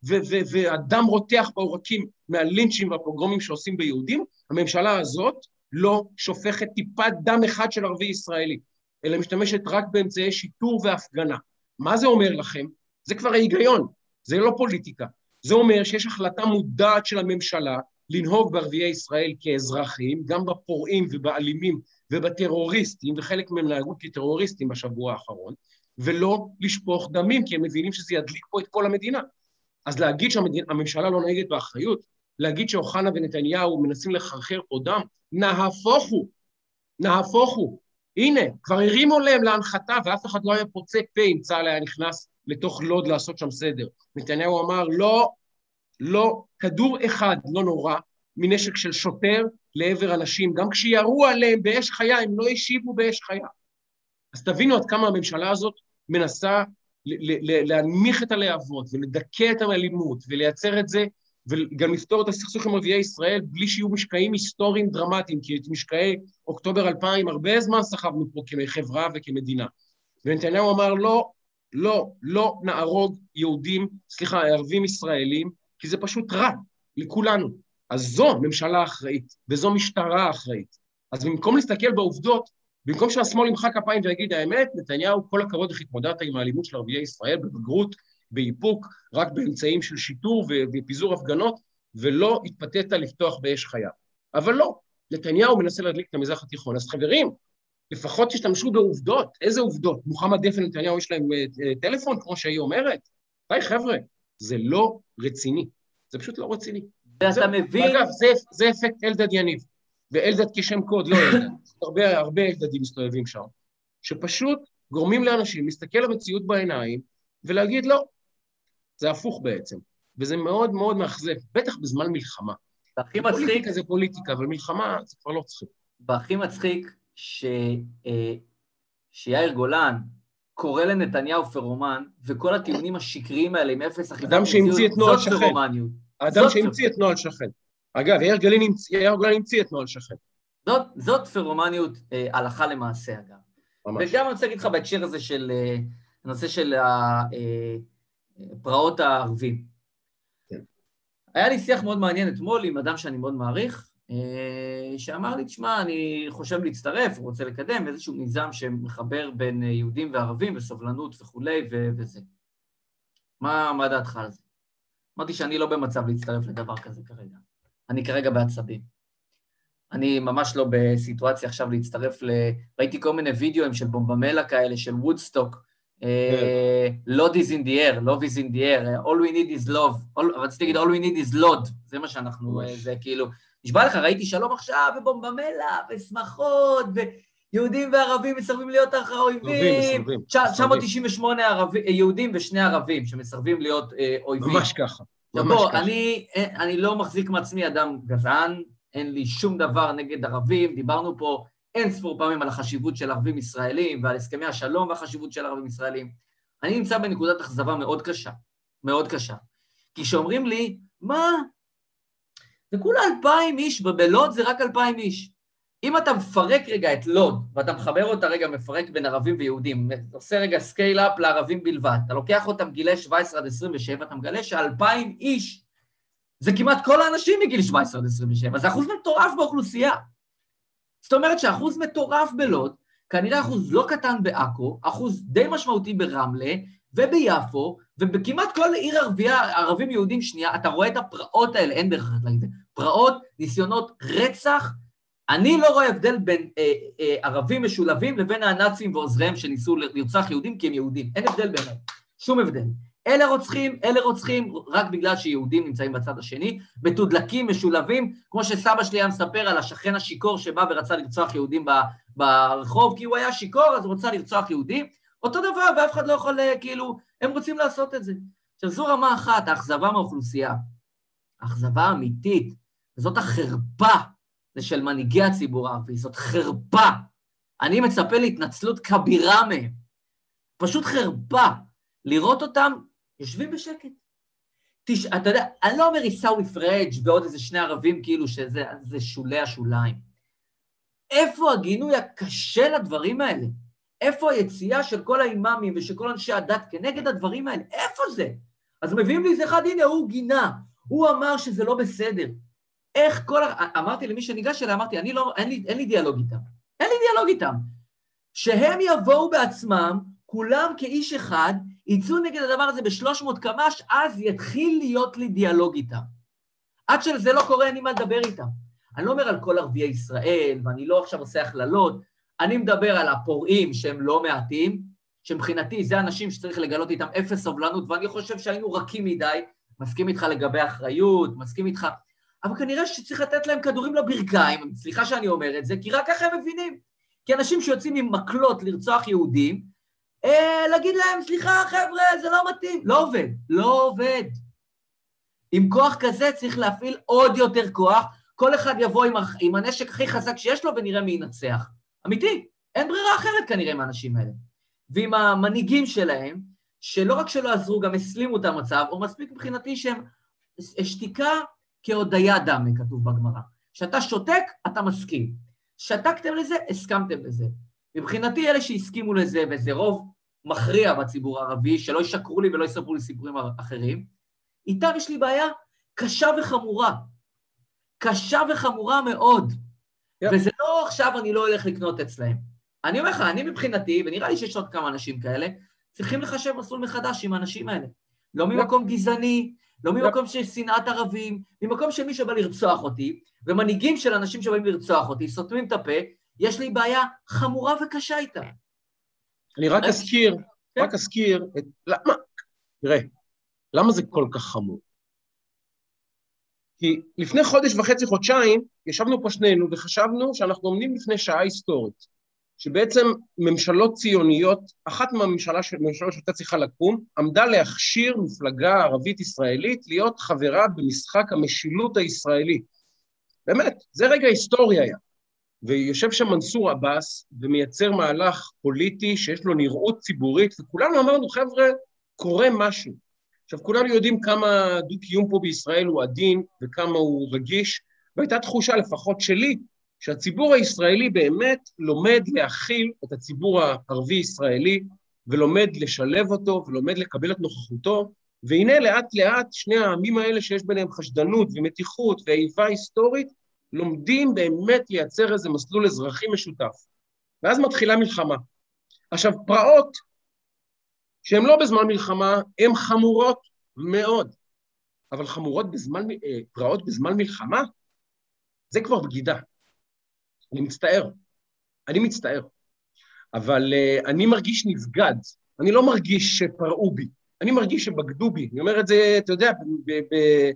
Speaker 3: והדם רותח בעורקים מהלינצ'ים והפוגרומים שעושים ביהודים, הממשלה הזאת לא שופכת טיפת דם אחד של ערבי ישראלי, אלא משתמשת רק באמצעי שיטור והפגנה. מה זה אומר לכם? זה כבר ההיגיון, זה לא פוליטיקה. זה אומר שיש החלטה מודעת של הממשלה לנהוג בערביי ישראל כאזרחים, גם בפורעים ובאלימים ובטרוריסטים, וחלק מהם נהגו כטרוריסטים בשבוע האחרון, ולא לשפוך דמים, כי הם מבינים שזה ידליק פה את כל המדינה. אז להגיד שהממשלה לא נהגת באחריות, להגיד שאוחנה ונתניהו מנסים לחרחר פה דם, נהפוך הוא, נהפוך הוא. הנה, כבר הרימו להם להנחתה, ואף אחד לא היה פוצה פה אם צה"ל היה נכנס לתוך לוד לעשות שם סדר. נתניהו אמר, לא, לא, כדור אחד לא נורא, מנשק של שוטר לעבר אנשים, גם כשירו עליהם באש חיה, הם לא השיבו באש חיה. אז תבינו עד כמה הממשלה הזאת מנסה להנמיך את הלהבות, ולדכא את האלימות, ולייצר את זה, וגם לפתור את הסכסוך עם ערביי ישראל, בלי שיהיו משקעים היסטוריים דרמטיים, כי את משקעי אוקטובר אלפיים הרבה זמן סחבנו פה כחברה וכמדינה. ונתניהו אמר, לא, לא, לא נהרוג יהודים, סליחה, ערבים ישראלים, כי זה פשוט רע לכולנו. אז זו ממשלה אחראית, וזו משטרה אחראית. אז במקום להסתכל בעובדות, במקום שהשמאל ימחא כפיים ויגיד, האמת, נתניהו, כל הכבוד איך התמודדת עם האלימות של ערביי ישראל, בבגרות, באיפוק, רק באמצעים של שיטור ופיזור הפגנות, ולא התפתית לפתוח באש חיה. אבל לא, נתניהו מנסה להדליק את המזרח התיכון. אז חברים, לפחות תשתמשו בעובדות. איזה עובדות? מוחמד דף ונתניהו יש להם טלפון, כמו שהיא אומרת? די חבר'ה, זה לא רציני. זה פשוט לא רציני.
Speaker 2: ואתה מבין...
Speaker 3: אגב, זה, זה אפקט אלדד יניב. ואלדד כשם קוד, לא אלדד. הרבה, הרבה אלדדים מסתובבים שם. שפשוט גורמים לאנשים להסתכל למציאות בעיניים, ולהגיד לא. זה הפוך בעצם. וזה מאוד מאוד מאכזב, בטח בזמן מלחמה.
Speaker 2: והכי מצחיק...
Speaker 3: פוליטיקה זה פוליטיקה, אבל מלחמה זה כבר לא צחיק.
Speaker 2: והכי מצחיק ש... שיאיר גולן קורא לנתניהו פרומן, וכל הטיעונים השקריים האלה עם אפס אחיזה...
Speaker 3: אדם שהמציא את נוהל שכן. האדם שהמציא את נוהל שכן. אגב, יאיר גולן המציא את נוהל שכן.
Speaker 2: זאת, זאת פרומניות אה, הלכה למעשה, אגב. ממש. וגם אני רוצה להגיד לך בהקשר הזה של... אה, הנושא של הפרעות הערבים.
Speaker 3: כן.
Speaker 2: היה לי שיח מאוד מעניין אתמול עם אדם שאני מאוד מעריך, שאמר לי, תשמע, אני חושב להצטרף, הוא רוצה לקדם איזשהו מיזם שמחבר בין יהודים וערבים וסובלנות וכולי וזה. מה, מה דעתך על זה? אמרתי שאני לא במצב להצטרף לדבר כזה כרגע. אני כרגע בעצבים. אני ממש לא בסיטואציה עכשיו להצטרף ל... ראיתי כל מיני וידאוים של בומבמלה כאלה, של וודסטוק, Lord is in the air, love is in the air, all we need is love, רציתי להגיד all we need is Lord, זה מה שאנחנו, זה כאילו, נשבע לך, ראיתי שלום עכשיו, ובומבמלה, ושמחות, ויהודים וערבים מסרבים להיות האויבים, תשע מאות תשעים ושמונה יהודים ושני ערבים שמסרבים להיות אויבים.
Speaker 3: ממש ככה.
Speaker 2: בוא, אני לא מחזיק מעצמי אדם גזען, אין לי שום דבר נגד ערבים, דיברנו פה, אין ספור פעמים על החשיבות של ערבים ישראלים, ועל הסכמי השלום והחשיבות של ערבים ישראלים. אני נמצא בנקודת אכזבה מאוד קשה, מאוד קשה. כי שאומרים לי, מה? זה כולה אלפיים איש, בלוד זה רק אלפיים איש. אם אתה מפרק רגע את לוד, ואתה מחבר אותה רגע, מפרק בין ערבים ויהודים, עושה רגע סקייל-אפ לערבים בלבד, אתה לוקח אותם גילי שבע עשרה עד עשרים ושבע, אתה מגלה שאלפיים איש, זה כמעט כל האנשים מגיל שבע עשרה עד עשרים ושבע, זה אחוז מטורף באוכלוסייה. זאת אומרת שאחוז מטורף בלוד, כנראה אחוז לא קטן בעכו, אחוז די משמעותי ברמלה וביפו, ובכמעט כל עיר ערביה, ערבים יהודים שנייה, אתה רואה את הפרעות האלה, אין דרך אחת להגיד זה, פרעות, ניסיונות רצח, אני לא רואה הבדל בין אה, אה, ערבים משולבים לבין הנאצים ועוזריהם שניסו לרצח יהודים כי הם יהודים, אין הבדל ביניהם, שום הבדל. אלה רוצחים, אלה רוצחים, רק בגלל שיהודים נמצאים בצד השני, מתודלקים, משולבים, כמו שסבא שלי היה מספר על השכן השיקור שבא ורצה לרצוח יהודים ברחוב, כי הוא היה שיקור, אז הוא רצה לרצוח יהודים, אותו דבר, ואף אחד לא יכול, כאילו, הם רוצים לעשות את זה. עכשיו, זו רמה אחת, האכזבה מהאוכלוסייה, האכזבה האמיתית, וזאת החרפה, זה של מנהיגי הציבור הערבי, זאת חרפה. אני מצפה להתנצלות כבירה מהם, פשוט חרפה, לראות אותם, יושבים בשקט. תש... אתה יודע, אני לא אומר עיסאווי פריג' ועוד איזה שני ערבים כאילו שזה שולי השוליים. איפה הגינוי הקשה לדברים האלה? איפה היציאה של כל האימאמים ושל כל אנשי הדת כנגד הדברים האלה? איפה זה? אז מביאים לי איזה אחד, הנה, הוא גינה, הוא אמר שזה לא בסדר. איך כל... אמרתי למי שניגש אליי, אמרתי, אני לא, אין לי, אין לי דיאלוג איתם. אין לי דיאלוג איתם. שהם יבואו בעצמם, כולם כאיש אחד, יצאו נגד הדבר הזה ב-שלוש מאות קמ"ש, אז יתחיל להיות לי דיאלוג איתם. עד שזה לא קורה, אני מה לדבר איתם. אני לא אומר על כל ערביי ישראל, ואני לא עכשיו עושה הכללות, אני מדבר על הפורעים שהם לא מעטים, שמבחינתי זה אנשים שצריך לגלות איתם אפס סובלנות, ואני חושב שהיינו רכים מדי, מסכים איתך לגבי אחריות, מסכים איתך, אבל כנראה שצריך לתת להם כדורים לברכיים, סליחה שאני אומר את זה, כי רק ככה הם מבינים. כי אנשים שיוצאים עם מקלות לרצוח יהודים, אה, להגיד להם, סליחה חבר'ה, זה לא מתאים. לא עובד, לא עובד. עם כוח כזה צריך להפעיל עוד יותר כוח, כל אחד יבוא עם, עם הנשק הכי חזק שיש לו ונראה מי ינצח. אמיתי, אין ברירה אחרת כנראה עם האנשים האלה. ועם המנהיגים שלהם, שלא רק שלא עזרו, גם הסלימו את המצב, או מספיק מבחינתי שהם שתיקה כהודיה דמה, כתוב בגמרא. שאתה שותק, אתה מסכים. שתקתם לזה, הסכמתם לזה. מבחינתי אלה שהסכימו לזה, וזה רוב מכריע בציבור הערבי, שלא ישקרו לי ולא יספרו לי סיפורים אחרים, איתם יש לי בעיה קשה וחמורה. קשה וחמורה מאוד. Yep. וזה לא עכשיו אני לא הולך לקנות אצלהם. אני אומר לך, אני מבחינתי, ונראה לי שיש עוד כמה אנשים כאלה, צריכים לחשב מסלול מחדש עם האנשים האלה. לא ממקום yep. גזעני, לא ממקום yep. של שנאת ערבים, ממקום של מי שבא לרצוח אותי, ומנהיגים של אנשים שבאים לרצוח אותי, סותמים את הפה, יש לי בעיה חמורה וקשה איתה.
Speaker 3: אני רק אזכיר, רק אזכיר, את... למה? תראה, למה זה כל כך חמור? כי לפני חודש וחצי, חודשיים, ישבנו פה שנינו וחשבנו שאנחנו עומדים לפני שעה היסטורית, שבעצם ממשלות ציוניות, אחת מהממשלה שהייתה צריכה לקום, עמדה להכשיר מפלגה ערבית ישראלית להיות חברה במשחק המשילות הישראלי. באמת, זה רגע היסטורי היה. ויושב שם מנסור עבאס ומייצר מהלך פוליטי שיש לו נראות ציבורית, וכולנו אמרנו, חבר'ה, קורה משהו. עכשיו, כולנו יודעים כמה דו-קיום פה בישראל הוא עדין וכמה הוא רגיש, והייתה תחושה לפחות שלי, שהציבור הישראלי באמת לומד להכיל את הציבור הערבי-ישראלי, ולומד לשלב אותו, ולומד לקבל את נוכחותו, והנה לאט לאט שני העמים האלה שיש ביניהם חשדנות ומתיחות ואיבה היסטורית, לומדים באמת לייצר איזה מסלול אזרחי משותף. ואז מתחילה מלחמה. עכשיו, פרעות, שהן לא בזמן מלחמה, הן חמורות מאוד. אבל חמורות בזמן, פרעות בזמן מלחמה, זה כבר בגידה. אני מצטער. אני מצטער. אבל uh, אני מרגיש נבגד. אני לא מרגיש שפרעו בי. אני מרגיש שבגדו בי. אני אומר את זה, אתה יודע, ב- ב-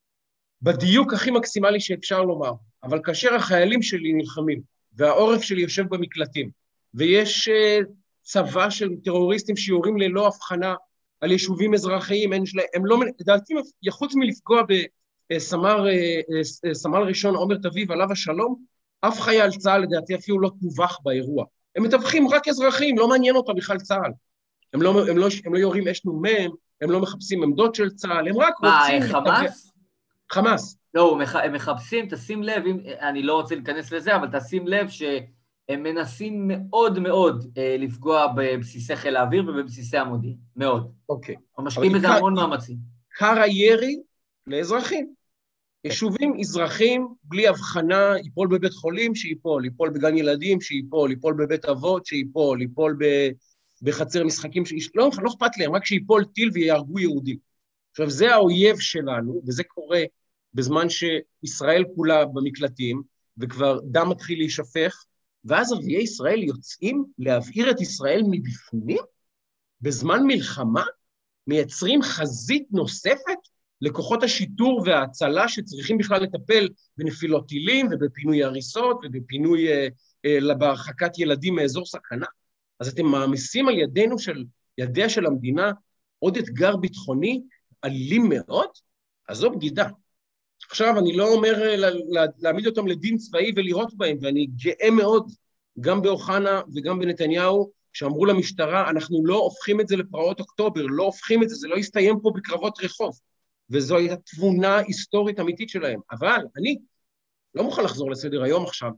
Speaker 3: בדיוק הכי מקסימלי שאפשר לומר. אבל כאשר החיילים שלי נלחמים, והעורף שלי יושב במקלטים, ויש uh, צבא של טרוריסטים שיורים ללא הבחנה על יישובים אזרחיים, הם, הם לא, לדעתי, יחוץ מלפגוע בסמל סמל ראשון עומר תביב עליו השלום, אף חייל צה"ל לדעתי אפילו לא תובח באירוע. הם מטווחים רק אזרחים, לא מעניין אותם בכלל צה"ל. הם לא, הם לא, הם לא יורים אש נומם, הם לא מחפשים עמדות של צה"ל, הם רק
Speaker 2: מה,
Speaker 3: רוצים...
Speaker 2: מה, חמאס?
Speaker 3: חמאס.
Speaker 2: לא, הם מחפשים, תשים לב, אני לא רוצה להיכנס לזה, אבל תשים לב שהם מנסים מאוד מאוד לפגוע בבסיסי חיל האוויר ובבסיסי המודיעין, מאוד.
Speaker 3: אוקיי.
Speaker 2: הם משקיעים בזה המון מאמצים.
Speaker 3: קר הירי לאזרחים. יישובים אזרחים בלי הבחנה, ייפול בבית חולים שיפול, ייפול בגן ילדים שיפול, ייפול בבית אבות שיפול, ייפול בחצר משחקים, לא, לא אכפת להם, רק שיפול טיל ויהרגו יהודים. עכשיו, זה האויב שלנו, וזה קורה בזמן שישראל כולה במקלטים, וכבר דם מתחיל להישפך, ואז ערביי ישראל יוצאים להבעיר את ישראל מבפנים, בזמן מלחמה, מייצרים חזית נוספת, לכוחות השיטור וההצלה שצריכים בכלל לטפל בנפילות טילים ובפינוי הריסות ובפינוי, אה, אה, בהרחקת ילדים מאזור סכנה. אז אתם מעמיסים על ידינו של, ידיה של המדינה עוד אתגר ביטחוני אלים מאוד, אז זו בגידה. עכשיו אני לא אומר לה, לה, להעמיד אותם לדין צבאי ולירות בהם, ואני גאה מאוד גם באוחנה וגם בנתניהו, שאמרו למשטרה, אנחנו לא הופכים את זה לפרעות אוקטובר, לא הופכים את זה, זה לא יסתיים פה בקרבות רחוב. וזו הייתה תבונה היסטורית אמיתית שלהם. אבל אני לא מוכן לחזור לסדר היום עכשיו,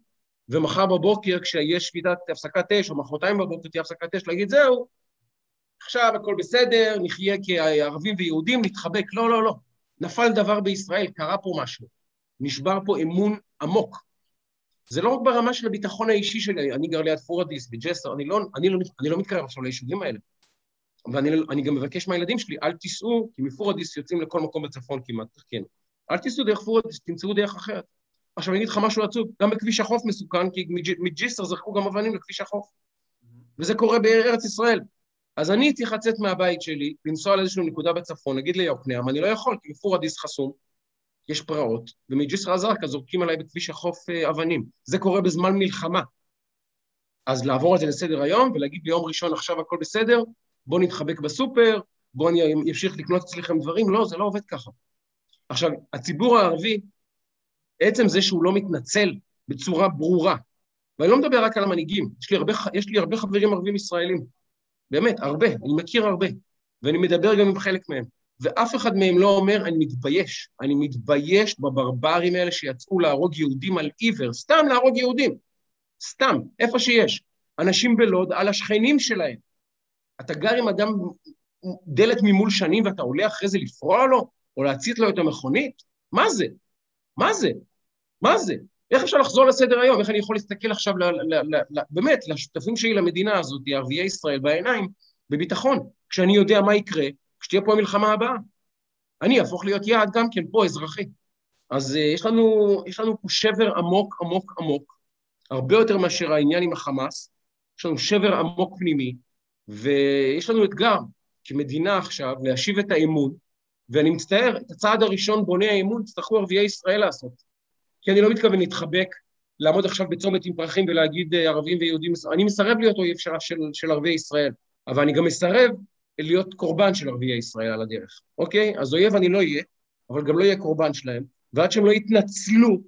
Speaker 3: ומחר בבוקר, כשיש שביתת הפסקת אש, או מחרתיים בבוקר תהיה הפסקת אש, להגיד, זהו, עכשיו הכל בסדר, נחיה כערבים ויהודים, נתחבק. לא, לא, לא. נפל דבר בישראל, קרה פה משהו. נשבר פה אמון עמוק. זה לא רק ברמה של הביטחון האישי שלי, אני גר ליד פורדיס, בג'סר, אני לא, אני לא, אני לא מתקרב עכשיו ליישובים האלה. ואני אני גם מבקש מהילדים שלי, אל תיסעו, כי מפורדיס יוצאים לכל מקום בצפון כמעט, כן. אל תיסעו דרך פורדיס, תמצאו דרך אחרת. עכשיו, אני אגיד לך משהו עצוב, גם בכביש החוף מסוכן, כי מג'סר זרקו גם אבנים לכביש החוף. וזה קורה בארץ ישראל. אז אני צריך לצאת מהבית שלי, לנסוע לאיזושהי נקודה בצפון, נגיד לי יוקנעם, אני לא יכול, כי מפורדיס חסום, יש פרעות, ומג'סר א-זרקא זורקים עליי בכביש החוף אבנים. זה קורה בזמן מלחמה. אז לעבור את זה לסדר היום, ולהגיד ביום ראשון עכשיו הכל בסדר, בוא נתחבק בסופר, בוא אני אמשיך לקנות אצלכם דברים, לא, זה לא עובד ככה. עכשיו, הציבור הערבי, עצם זה שהוא לא מתנצל בצורה ברורה, ואני לא מדבר רק על המנהיגים, יש לי הרבה, יש לי הרבה חברים ערבים ישראלים, באמת, הרבה, אני מכיר הרבה, ואני מדבר גם עם חלק מהם, ואף אחד מהם לא אומר, אני מתבייש, אני מתבייש בברברים האלה שיצאו להרוג יהודים על עיוור, סתם להרוג יהודים, סתם, איפה שיש, אנשים בלוד, על השכנים שלהם, אתה גר עם אדם דלת ממול שנים, ואתה עולה אחרי זה לפרוע לו, או להציץ לו את המכונית, מה זה? מה זה? מה זה? איך אפשר לחזור לסדר היום? איך אני יכול להסתכל עכשיו, ל, ל, ל, ל, באמת, לשותפים שלי למדינה הזאת, ערביי ישראל בעיניים, בביטחון, כשאני יודע מה יקרה, כשתהיה פה המלחמה הבאה. אני אהפוך להיות יעד גם כן פה, אזרחי. אז uh, יש לנו, יש לנו פה שבר עמוק, עמוק, עמוק, הרבה יותר מאשר העניין עם החמאס, יש לנו שבר עמוק פנימי, ויש לנו אתגר, כמדינה עכשיו, להשיב את האמון, ואני מצטער, את הצעד הראשון בוני האמון, תצטרכו ערביי ישראל לעשות. כי אני לא מתכוון להתחבק, לעמוד עכשיו בצומת עם פרחים ולהגיד ערבים ויהודים, אני מסרב להיות אויב של, של, של ערביי ישראל, אבל אני גם מסרב להיות קורבן של ערביי ישראל על הדרך, אוקיי? אז אויב אני לא אהיה, אבל גם לא יהיה קורבן שלהם, ועד שהם לא יתנצלו,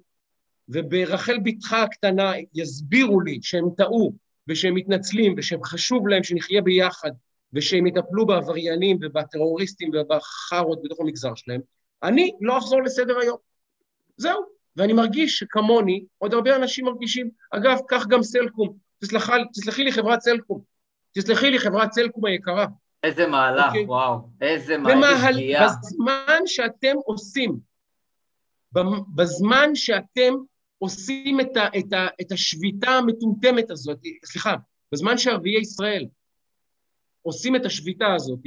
Speaker 3: וברחל בתך הקטנה יסבירו לי שהם טעו, ושהם מתנצלים, ושהם חשוב להם שנחיה ביחד, ושהם יטפלו בעבריינים ובטרוריסטים ובחרות בתוך המגזר שלהם, אני לא אחזור לסדר היום. זהו. ואני מרגיש שכמוני, עוד הרבה אנשים מרגישים, אגב, כך גם סלקום, תסלחי, תסלחי לי חברת סלקום, תסלחי לי חברת סלקום היקרה.
Speaker 2: איזה מהלך, okay. וואו, איזה מהלך, שגיאה.
Speaker 3: בזמן שאתם עושים, בזמן שאתם עושים את, ה, את, ה, את השביתה המטומטמת הזאת, סליחה, בזמן שערביי ישראל עושים את השביתה הזאת,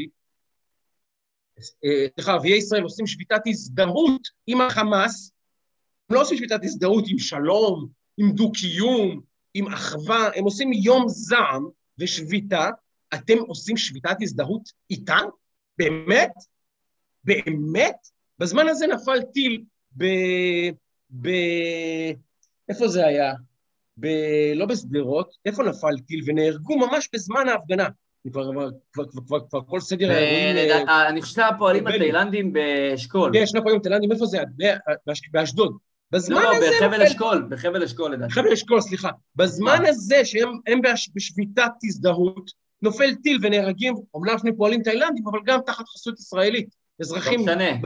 Speaker 3: סליחה, ערביי ישראל עושים שביתת הזדהות עם החמאס, הם לא עושים שביתת הזדהות עם שלום, עם דו-קיום, עם אחווה, הם עושים יום זעם ושביתה, אתם עושים שביתת הזדהות איתם? באמת? באמת? בזמן הזה נפל טיל ב... ב... איפה זה היה? ב... לא בסדרות, איפה נפל טיל? ונהרגו ממש בזמן ההפגנה. כבר, כבר, כבר, כבר, כבר כל סדר האירועים...
Speaker 2: אני חושב שהפועלים התאילנדים באשכול.
Speaker 3: כן, שני הפועלים התאילנדים, איפה זה? באשדוד. בזמן
Speaker 2: לא,
Speaker 3: הזה...
Speaker 2: לא, בחבל אשכול, בחבל אשכול לדעתי.
Speaker 3: בחבל אשכול, סליחה. בזמן הזה שהם בשביתת הזדהות, נופל טיל ונהרגים, אומנם שני פועלים תאילנדים, אבל גם תחת חסות ישראלית. אזרחים...
Speaker 2: לא משנה.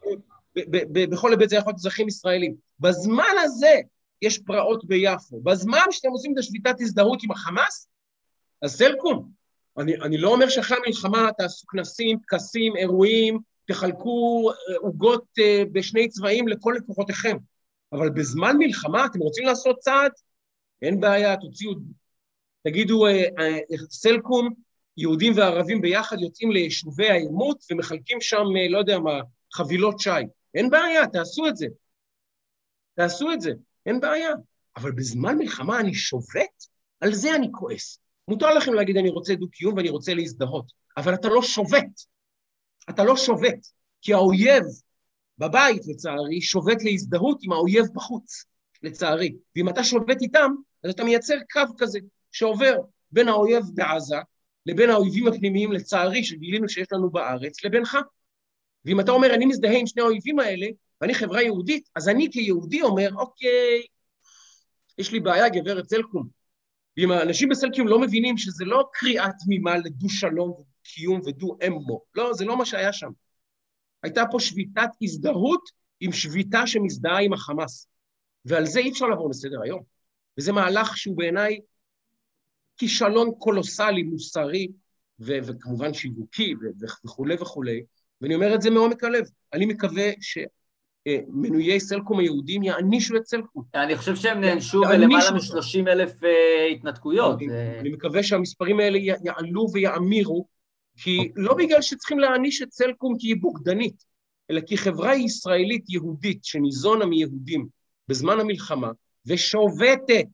Speaker 3: בכל היבט זה יכול להיות אזרחים ישראלים. בזמן הזה יש פרעות ביפו. בזמן שאתם עושים את השביתת הזדהות עם החמאס, אז סלקום. אני, אני לא אומר שאחרי המלחמה תעשו כנסים, טקסים, אירועים, תחלקו עוגות uh, בשני צבעים לכל לקוחותיכם. אבל בזמן מלחמה אתם רוצים לעשות צעד? אין בעיה, תוציאו, תגידו, uh, uh, סלקום, יהודים וערבים ביחד יוצאים ליישובי העימות ומחלקים שם, uh, לא יודע מה, חבילות שי. אין בעיה, תעשו את זה. תעשו את זה, אין בעיה. אבל בזמן מלחמה אני שובת, על זה אני כועס. מותר לכם להגיד, אני רוצה דו-קיום ואני רוצה להזדהות, אבל אתה לא שובת. אתה לא שובת, כי האויב בבית, לצערי, שובת להזדהות עם האויב בחוץ, לצערי. ואם אתה שובת איתם, אז אתה מייצר קו כזה, שעובר בין האויב בעזה, לבין האויבים הפנימיים, לצערי, שגילינו שיש לנו בארץ, לבינך. ואם אתה אומר, אני מזדהה עם שני האויבים האלה, ואני חברה יהודית, אז אני כיהודי אומר, אוקיי, יש לי בעיה, גברת סלקום. ואם האנשים בסלקום לא מבינים שזה לא קריאה תמימה לדו שלום וקיום ודו אמו, לא, זה לא מה שהיה שם. הייתה פה שביתת הזדהות עם שביתה שמזדהה עם החמאס, ועל זה אי אפשר לעבור לסדר היום. וזה מהלך שהוא בעיניי כישלון קולוסלי, מוסרי, ו- וכמובן שיווקי וכו' וכו'. ואני אומר את זה מעומק הלב. אני מקווה שמנויי סלקום היהודים יענישו את סלקום.
Speaker 2: אני חושב שהם נענשו בלמעלה מ-שלושים אלף התנתקויות.
Speaker 3: אני מקווה שהמספרים האלה יעלו ויאמירו, כי לא בגלל שצריכים להעניש את סלקום כי היא בוגדנית, אלא כי חברה ישראלית יהודית שניזונה מיהודים בזמן המלחמה, ושובתת.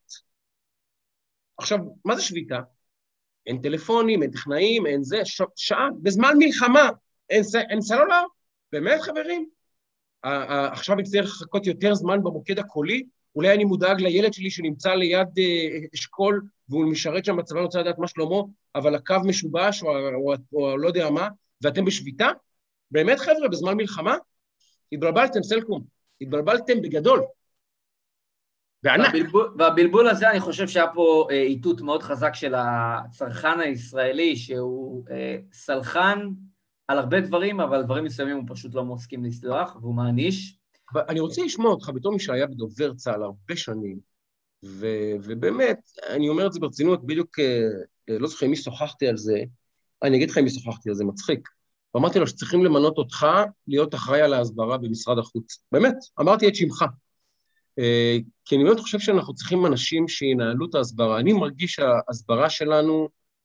Speaker 3: עכשיו, מה זה שביתה? אין טלפונים, אין טכנאים, אין זה, ש... שעה, בזמן מלחמה, אין, אין סלולר? באמת, חברים? עכשיו אני צריך לחכות יותר זמן במוקד הקולי, אולי אני מודאג לילד שלי שנמצא ליד אשכול, והוא משרת שם בצבא, אני רוצה לדעת מה שלמה, אבל הקו משובש, או, או, או, או לא יודע מה, ואתם בשביתה? באמת, חבר'ה, בזמן מלחמה? התבלבלתם, סלקום, התבלבלתם בגדול.
Speaker 2: והבלבול, והבלבול הזה, אני חושב שהיה פה אה, איתות מאוד חזק של הצרכן הישראלי, שהוא אה, סלחן על הרבה דברים, אבל דברים מסוימים הוא פשוט לא מוסכים לסלוח, והוא מעניש.
Speaker 3: אני רוצה לשמוע אותך בתור מי שהיה בדובר צה"ל הרבה שנים, ו- ובאמת, אני אומר את זה ברצינות, בדיוק, אה, לא זוכר מי שוחחתי על זה, אני אגיד לך מי שוחחתי על זה, מצחיק. ואמרתי לו שצריכים למנות אותך להיות אחראי על ההסברה במשרד החוץ. באמת, אמרתי את שמך. כי אני באמת חושב שאנחנו צריכים אנשים שינהלו את ההסברה. אני מרגיש שההסברה שלנו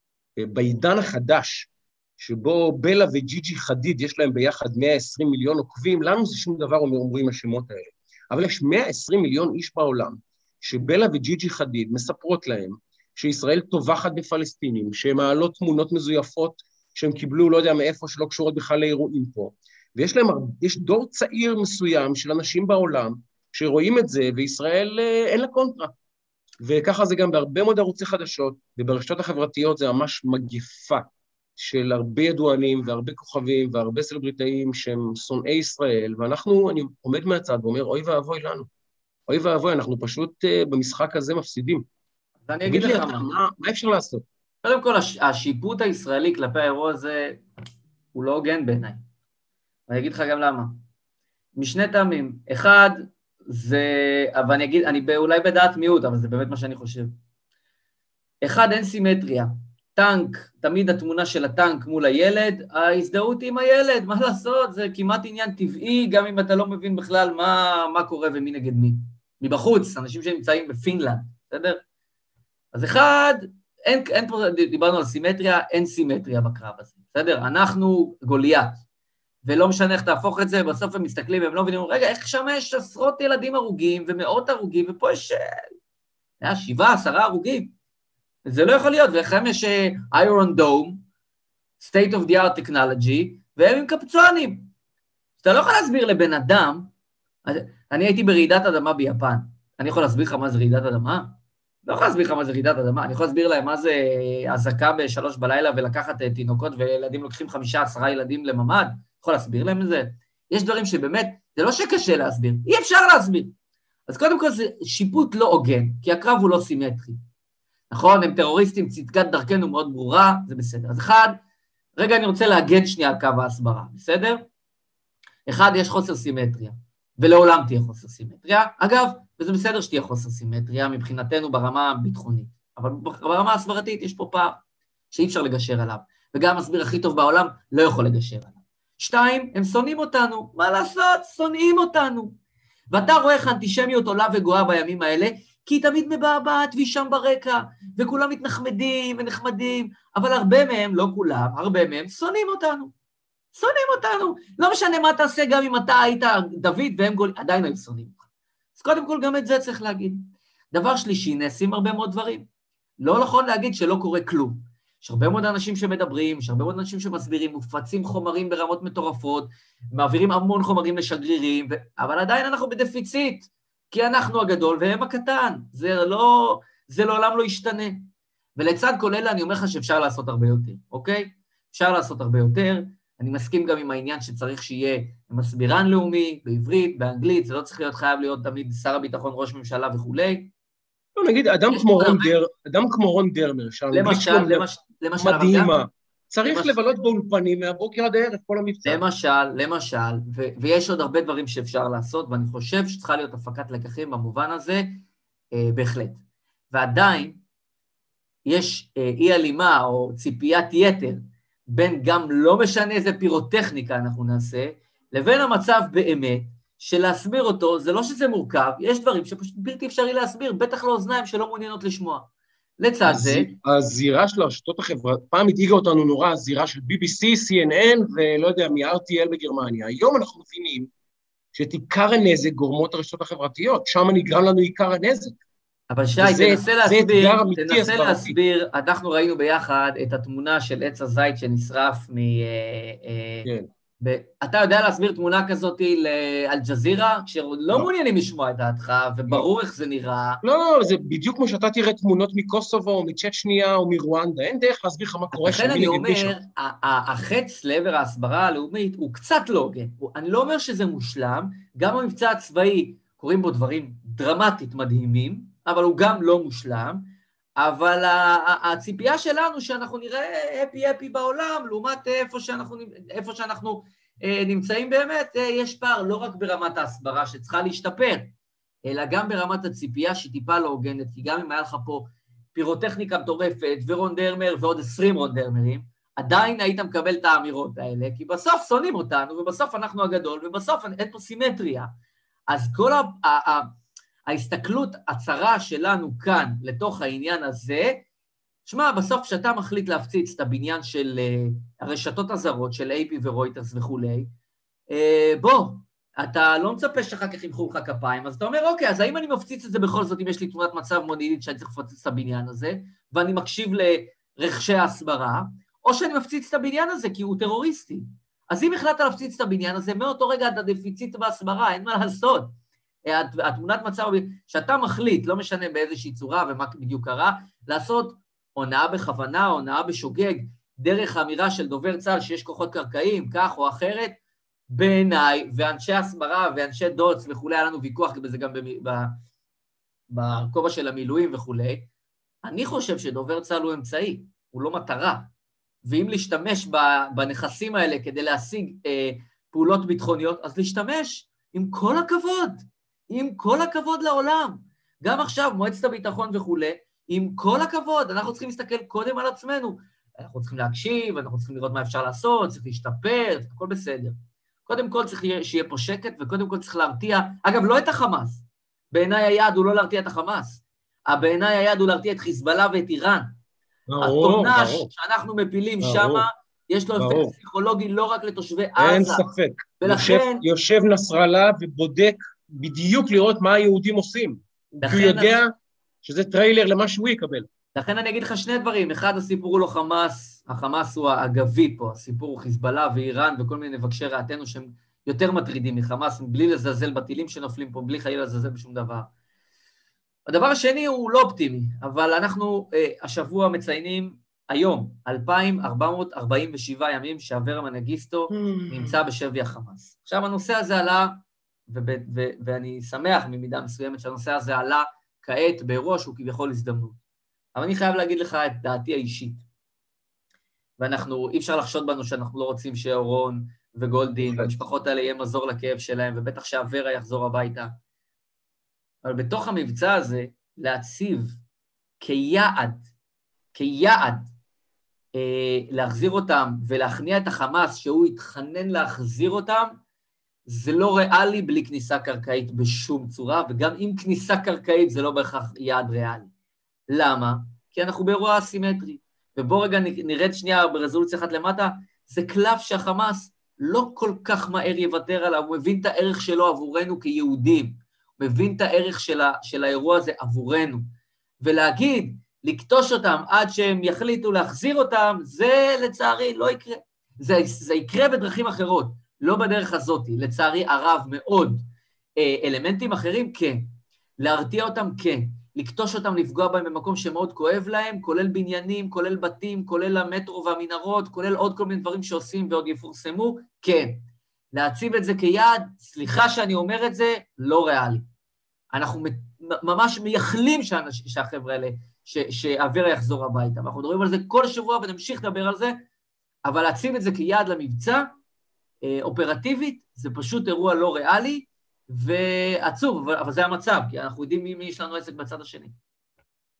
Speaker 3: בעידן החדש, שבו בלה וג'יג'י חדיד יש להם ביחד מאה ועשרים מיליון עוקבים, לנו זה שום דבר אומרים השמות האלה. אבל יש מאה ועשרים מיליון איש בעולם, שבלה וג'יג'י חדיד מספרות להם שישראל טובחת בפלסטינים, שהם מעלות תמונות מזויפות שהם קיבלו, לא יודע מאיפה, שלא קשורות בכלל לאירועים פה. ויש להם, יש דור צעיר מסוים של אנשים בעולם, שרואים את זה, וישראל אין לה קונטרה. וככה זה גם בהרבה מאוד ערוצי חדשות, וברשתות החברתיות זה ממש מגיפה של הרבה ידוענים, והרבה כוכבים, והרבה סלבריטאים שהם שונאי ישראל, ואנחנו, אני עומד מהצד ואומר, אוי ואבוי לנו. אוי ואבוי, אנחנו פשוט במשחק הזה מפסידים.
Speaker 2: ואני אגיד לך מה.
Speaker 3: מה, מה אפשר לעשות?
Speaker 2: קודם כל, השיפוט הישראלי כלפי האירוע הזה, הוא לא הוגן בעיניי. ואני אגיד לך גם למה. משני טעמים. אחד, זה, אבל אני אגיד, אני אולי בדעת מיעוט, אבל זה באמת מה שאני חושב. אחד, אין סימטריה. טנק, תמיד התמונה של הטנק מול הילד, ההזדהות עם הילד, מה לעשות? זה כמעט עניין טבעי, גם אם אתה לא מבין בכלל מה, מה קורה ומי נגד מי. מבחוץ, אנשים שנמצאים בפינלנד, בסדר? אז אחד, אין, אין פה, דיברנו על סימטריה, אין סימטריה בקרב הזה, בסדר? אנחנו גוליית, ולא משנה איך תהפוך את זה, בסוף הם מסתכלים, הם לא מבינים, רגע, איך שם יש עשרות ילדים הרוגים, ומאות הרוגים, ופה יש, היה שבעה, עשרה הרוגים. זה לא יכול להיות, ואיכם יש Iron Dome, State of the Art Technology, והם עם קפצונים. אתה לא יכול להסביר לבן אדם, אני הייתי ברעידת אדמה ביפן, אני יכול להסביר לך מה זה רעידת אדמה? לא יכול להסביר לך מה זה רעידת אדמה, אני יכול להסביר להם מה זה הזקה בשלוש בלילה, ולקחת תינוקות, וילדים לוקחים חמישה, עשרה ילדים לממד, יכול להסביר להם את זה? יש דברים שבאמת, זה לא שקשה להסביר, אי אפשר להסביר. אז קודם כל זה שיפוט לא הוגן, כי הקרב הוא לא סימטרי. נכון, הם טרוריסטים, צדקת דרכנו מאוד ברורה, זה בסדר. אז אחד, רגע אני רוצה להגן שנייה על קו ההסברה, בסדר? אחד, יש חוסר סימטריה, ולעולם תהיה חוסר סימטריה. אגב, וזה בסדר שתהיה חוסר סימטריה מבחינתנו ברמה הביטחונית, אבל ברמה הסברתית יש פה פער שאי אפשר לגשר עליו, וגם המסביר הכי טוב בעולם לא יכול לגשר עליו. שתיים, הם שונאים אותנו, מה לעשות? שונאים אותנו. ואתה רואה איך האנטישמיות עולה וגואה בימים האלה, כי היא תמיד מבעבעת והיא שם ברקע, וכולם מתנחמדים ונחמדים, אבל הרבה מהם, לא כולם, הרבה מהם, שונאים אותנו. שונאים אותנו. לא משנה מה תעשה, גם אם אתה היית דוד והם גולים, עדיין היו שונאים אותך. אז קודם כל גם את זה צריך להגיד. דבר שלישי, נעשים הרבה מאוד דברים. לא נכון להגיד שלא קורה כלום. יש הרבה מאוד אנשים שמדברים, יש הרבה מאוד אנשים שמסבירים, מופצים חומרים ברמות מטורפות, מעבירים המון חומרים לשגרירים, ו... אבל עדיין אנחנו בדפיציט. כי אנחנו הגדול והם הקטן, זה לא, זה לעולם לא ישתנה. ולצד כל אלה אני אומר לך שאפשר לעשות הרבה יותר, אוקיי? אפשר לעשות הרבה יותר, אני מסכים גם עם העניין שצריך שיהיה מסבירן לאומי, בעברית, באנגלית, זה לא צריך להיות חייב להיות תמיד שר הביטחון, ראש ממשלה וכולי.
Speaker 3: לא, נגיד, אדם כמו רון דר, אדם כמו רון דרמר,
Speaker 2: למשל, למשל, למשל,
Speaker 3: מדהימה, צריך לבלות באולפנים מהבוקר עד הערב, כל המבצע.
Speaker 2: למשל, למשל, ו- ויש עוד הרבה דברים שאפשר לעשות, ואני חושב שצריכה להיות הפקת לקחים במובן הזה, אה, בהחלט. ועדיין יש אה, אי הלימה או ציפיית יתר, בין גם לא משנה איזה פירוטכניקה אנחנו נעשה, לבין המצב באמת, של להסביר אותו, זה לא שזה מורכב, יש דברים שפשוט בלתי אפשרי להסביר, בטח לאוזניים שלא מעוניינות לשמוע. לצד זה...
Speaker 3: הזירה של הרשתות החברתיות, פעם הדאיגה אותנו נורא, הזירה של בי בי סי, סי אן אן, ולא יודע, מ-אר טי אל בגרמניה. היום אנחנו מבינים שאת עיקר הנזק גורמות הרשתות החברתיות, שם נגרם לנו עיקר הנזק.
Speaker 2: אבל שי, תנסה להסביר, תנסה להסביר, אנחנו ראינו ביחד את התמונה של עץ הזית שנשרף מ... כן. אתה יודע להסביר תמונה כזאת לאל-ג'זירה, כשלא מעוניינים לשמוע את דעתך, וברור איך זה נראה.
Speaker 3: לא, לא, זה בדיוק כמו שאתה תראה תמונות מקוסובו, או מצ'צ'ניה, או מרואנדה, אין דרך להסביר לך מה קורה שם.
Speaker 2: לכן אני אומר, החץ לעבר ההסברה הלאומית הוא קצת לא הוגן. אני לא אומר שזה מושלם, גם המבצע הצבאי קוראים בו דברים דרמטית מדהימים, אבל הוא גם לא מושלם, אבל הציפייה שלנו שאנחנו נראה אפי-אפי בעולם, לעומת איפה שאנחנו, איפה שאנחנו נמצאים באמת, יש פער לא רק ברמת ההסברה שצריכה להשתפר, אלא גם ברמת הציפייה שטיפה לא הוגנת, כי גם אם היה לך פה פירוטכניקה מטורפת ורונדרמר ועוד עשרים רונדרמרים, עדיין היית מקבל את האמירות האלה, כי בסוף שונאים אותנו, ובסוף אנחנו הגדול, ובסוף אין פה סימטריה. אז כל ה... ההסתכלות הצרה שלנו כאן לתוך העניין הזה, שמע, בסוף כשאתה מחליט להפציץ את הבניין של uh, הרשתות הזרות, של איי פי ורויטרס וכולי, uh, בוא, אתה לא מצפה שאחר כך ימחאו לך כפיים, אז אתה אומר, אוקיי, אז האם אני מפציץ את זה בכל זאת, אם יש לי תמונת מצב מודיעינית שאני צריך לפציץ את הבניין הזה, ואני מקשיב לרכשי ההסברה, או שאני מפציץ את הבניין הזה כי הוא טרוריסטי. אז אם החלטת להפציץ את הבניין הזה, מאותו רגע אתה דפיציט בהסברה, אין מה לעשות. התמונת מצב, שאתה מחליט, לא משנה באיזושהי צורה ומה בדיוק קרה, לעשות הונאה בכוונה, הונאה בשוגג, דרך האמירה של דובר צה"ל שיש כוחות קרקעיים, כך או אחרת, בעיניי, ואנשי הסברה ואנשי דוץ וכולי, היה לנו ויכוח בזה גם בכובע של המילואים וכולי, אני חושב שדובר צה"ל הוא אמצעי, הוא לא מטרה, ואם להשתמש בנכסים האלה כדי להשיג אה, פעולות ביטחוניות, אז להשתמש עם כל הכבוד, עם כל הכבוד לעולם. גם עכשיו, מועצת הביטחון וכולי, עם כל הכבוד, אנחנו צריכים להסתכל קודם על עצמנו. אנחנו צריכים להקשיב, אנחנו צריכים לראות מה אפשר לעשות, צריך להשתפר, הכל בסדר. קודם כל צריך שיהיה פה שקט, וקודם כל צריך להרתיע, אגב, לא את החמאס. בעיניי היעד הוא לא להרתיע את החמאס. בעיניי היעד הוא להרתיע את חיזבאללה ואת איראן. התונש שאנחנו מפילים שמה, יש לו אפקט פסיכולוגי לא רק לתושבי עזה.
Speaker 3: אין ספק. ולכן... יושב נסראללה ובודק בדיוק לראות מה היהודים עושים. הוא יודע שזה טריילר למה שהוא יקבל.
Speaker 2: לכן אני אגיד לך שני דברים. אחד, הסיפור הוא לא חמאס, החמאס הוא האגבי פה, הסיפור הוא חיזבאללה ואיראן וכל מיני מבקשי רעתנו שהם יותר מטרידים מחמאס, בלי לזלזל בטילים שנופלים פה, בלי חלילה לזלזל בשום דבר. הדבר השני הוא לא אופטימי, אבל אנחנו אה, השבוע מציינים היום, אלפיים ארבע מאות ארבעים ושבעה ימים שאברה מנגיסטו נמצא בשבי החמאס. עכשיו הנושא הזה עלה, ו- ו- ואני שמח ממידה מסוימת שהנושא הזה עלה כעת באירוע שהוא כביכול הזדמנות. אבל אני חייב להגיד לך את דעתי האישית. ואנחנו, אי אפשר לחשוד בנו שאנחנו לא רוצים שאורון וגולדין והמשפחות האלה יהיה מזור לכאב שלהם, ובטח שאברה יחזור הביתה. אבל בתוך המבצע הזה, להציב כיעד, כיעד, אה, להחזיר אותם ולהכניע את החמאס שהוא יתחנן להחזיר אותם, זה לא ריאלי בלי כניסה קרקעית בשום צורה, וגם עם כניסה קרקעית זה לא בהכרח יעד ריאלי. למה? כי אנחנו באירוע אסימטרי, ובוא רגע נרד שנייה ברזולוציה אחת למטה, זה קלף שהחמאס לא כל כך מהר יוותר עליו, הוא מבין את הערך שלו עבורנו כיהודים, הוא מבין את הערך של, ה, של האירוע הזה עבורנו, ולהגיד, לקטוש אותם עד שהם יחליטו להחזיר אותם, זה לצערי לא יקרה. זה, זה יקרה בדרכים אחרות, לא בדרך הזאת, לצערי הרב מאוד. אלמנטים אחרים כן, להרתיע אותם כן, לקטוש אותם, לפגוע בהם במקום שמאוד כואב להם, כולל בניינים, כולל בתים, כולל המטרו והמנהרות, כולל עוד כל מיני דברים שעושים ועוד יפורסמו, כן. להציב את זה כיעד, סליחה שאני אומר את זה, לא ריאלי. אנחנו ממש מייחלים שהחבר'ה האלה, שאברה יחזור הביתה, ואנחנו מדברים על זה כל שבוע ונמשיך לדבר על זה, אבל להציב את זה כיעד למבצע, אופרטיבית, זה פשוט אירוע לא ריאלי, ועצוב, אבל, אבל זה המצב, כי אנחנו יודעים מי, מי יש לנו עסק בצד השני.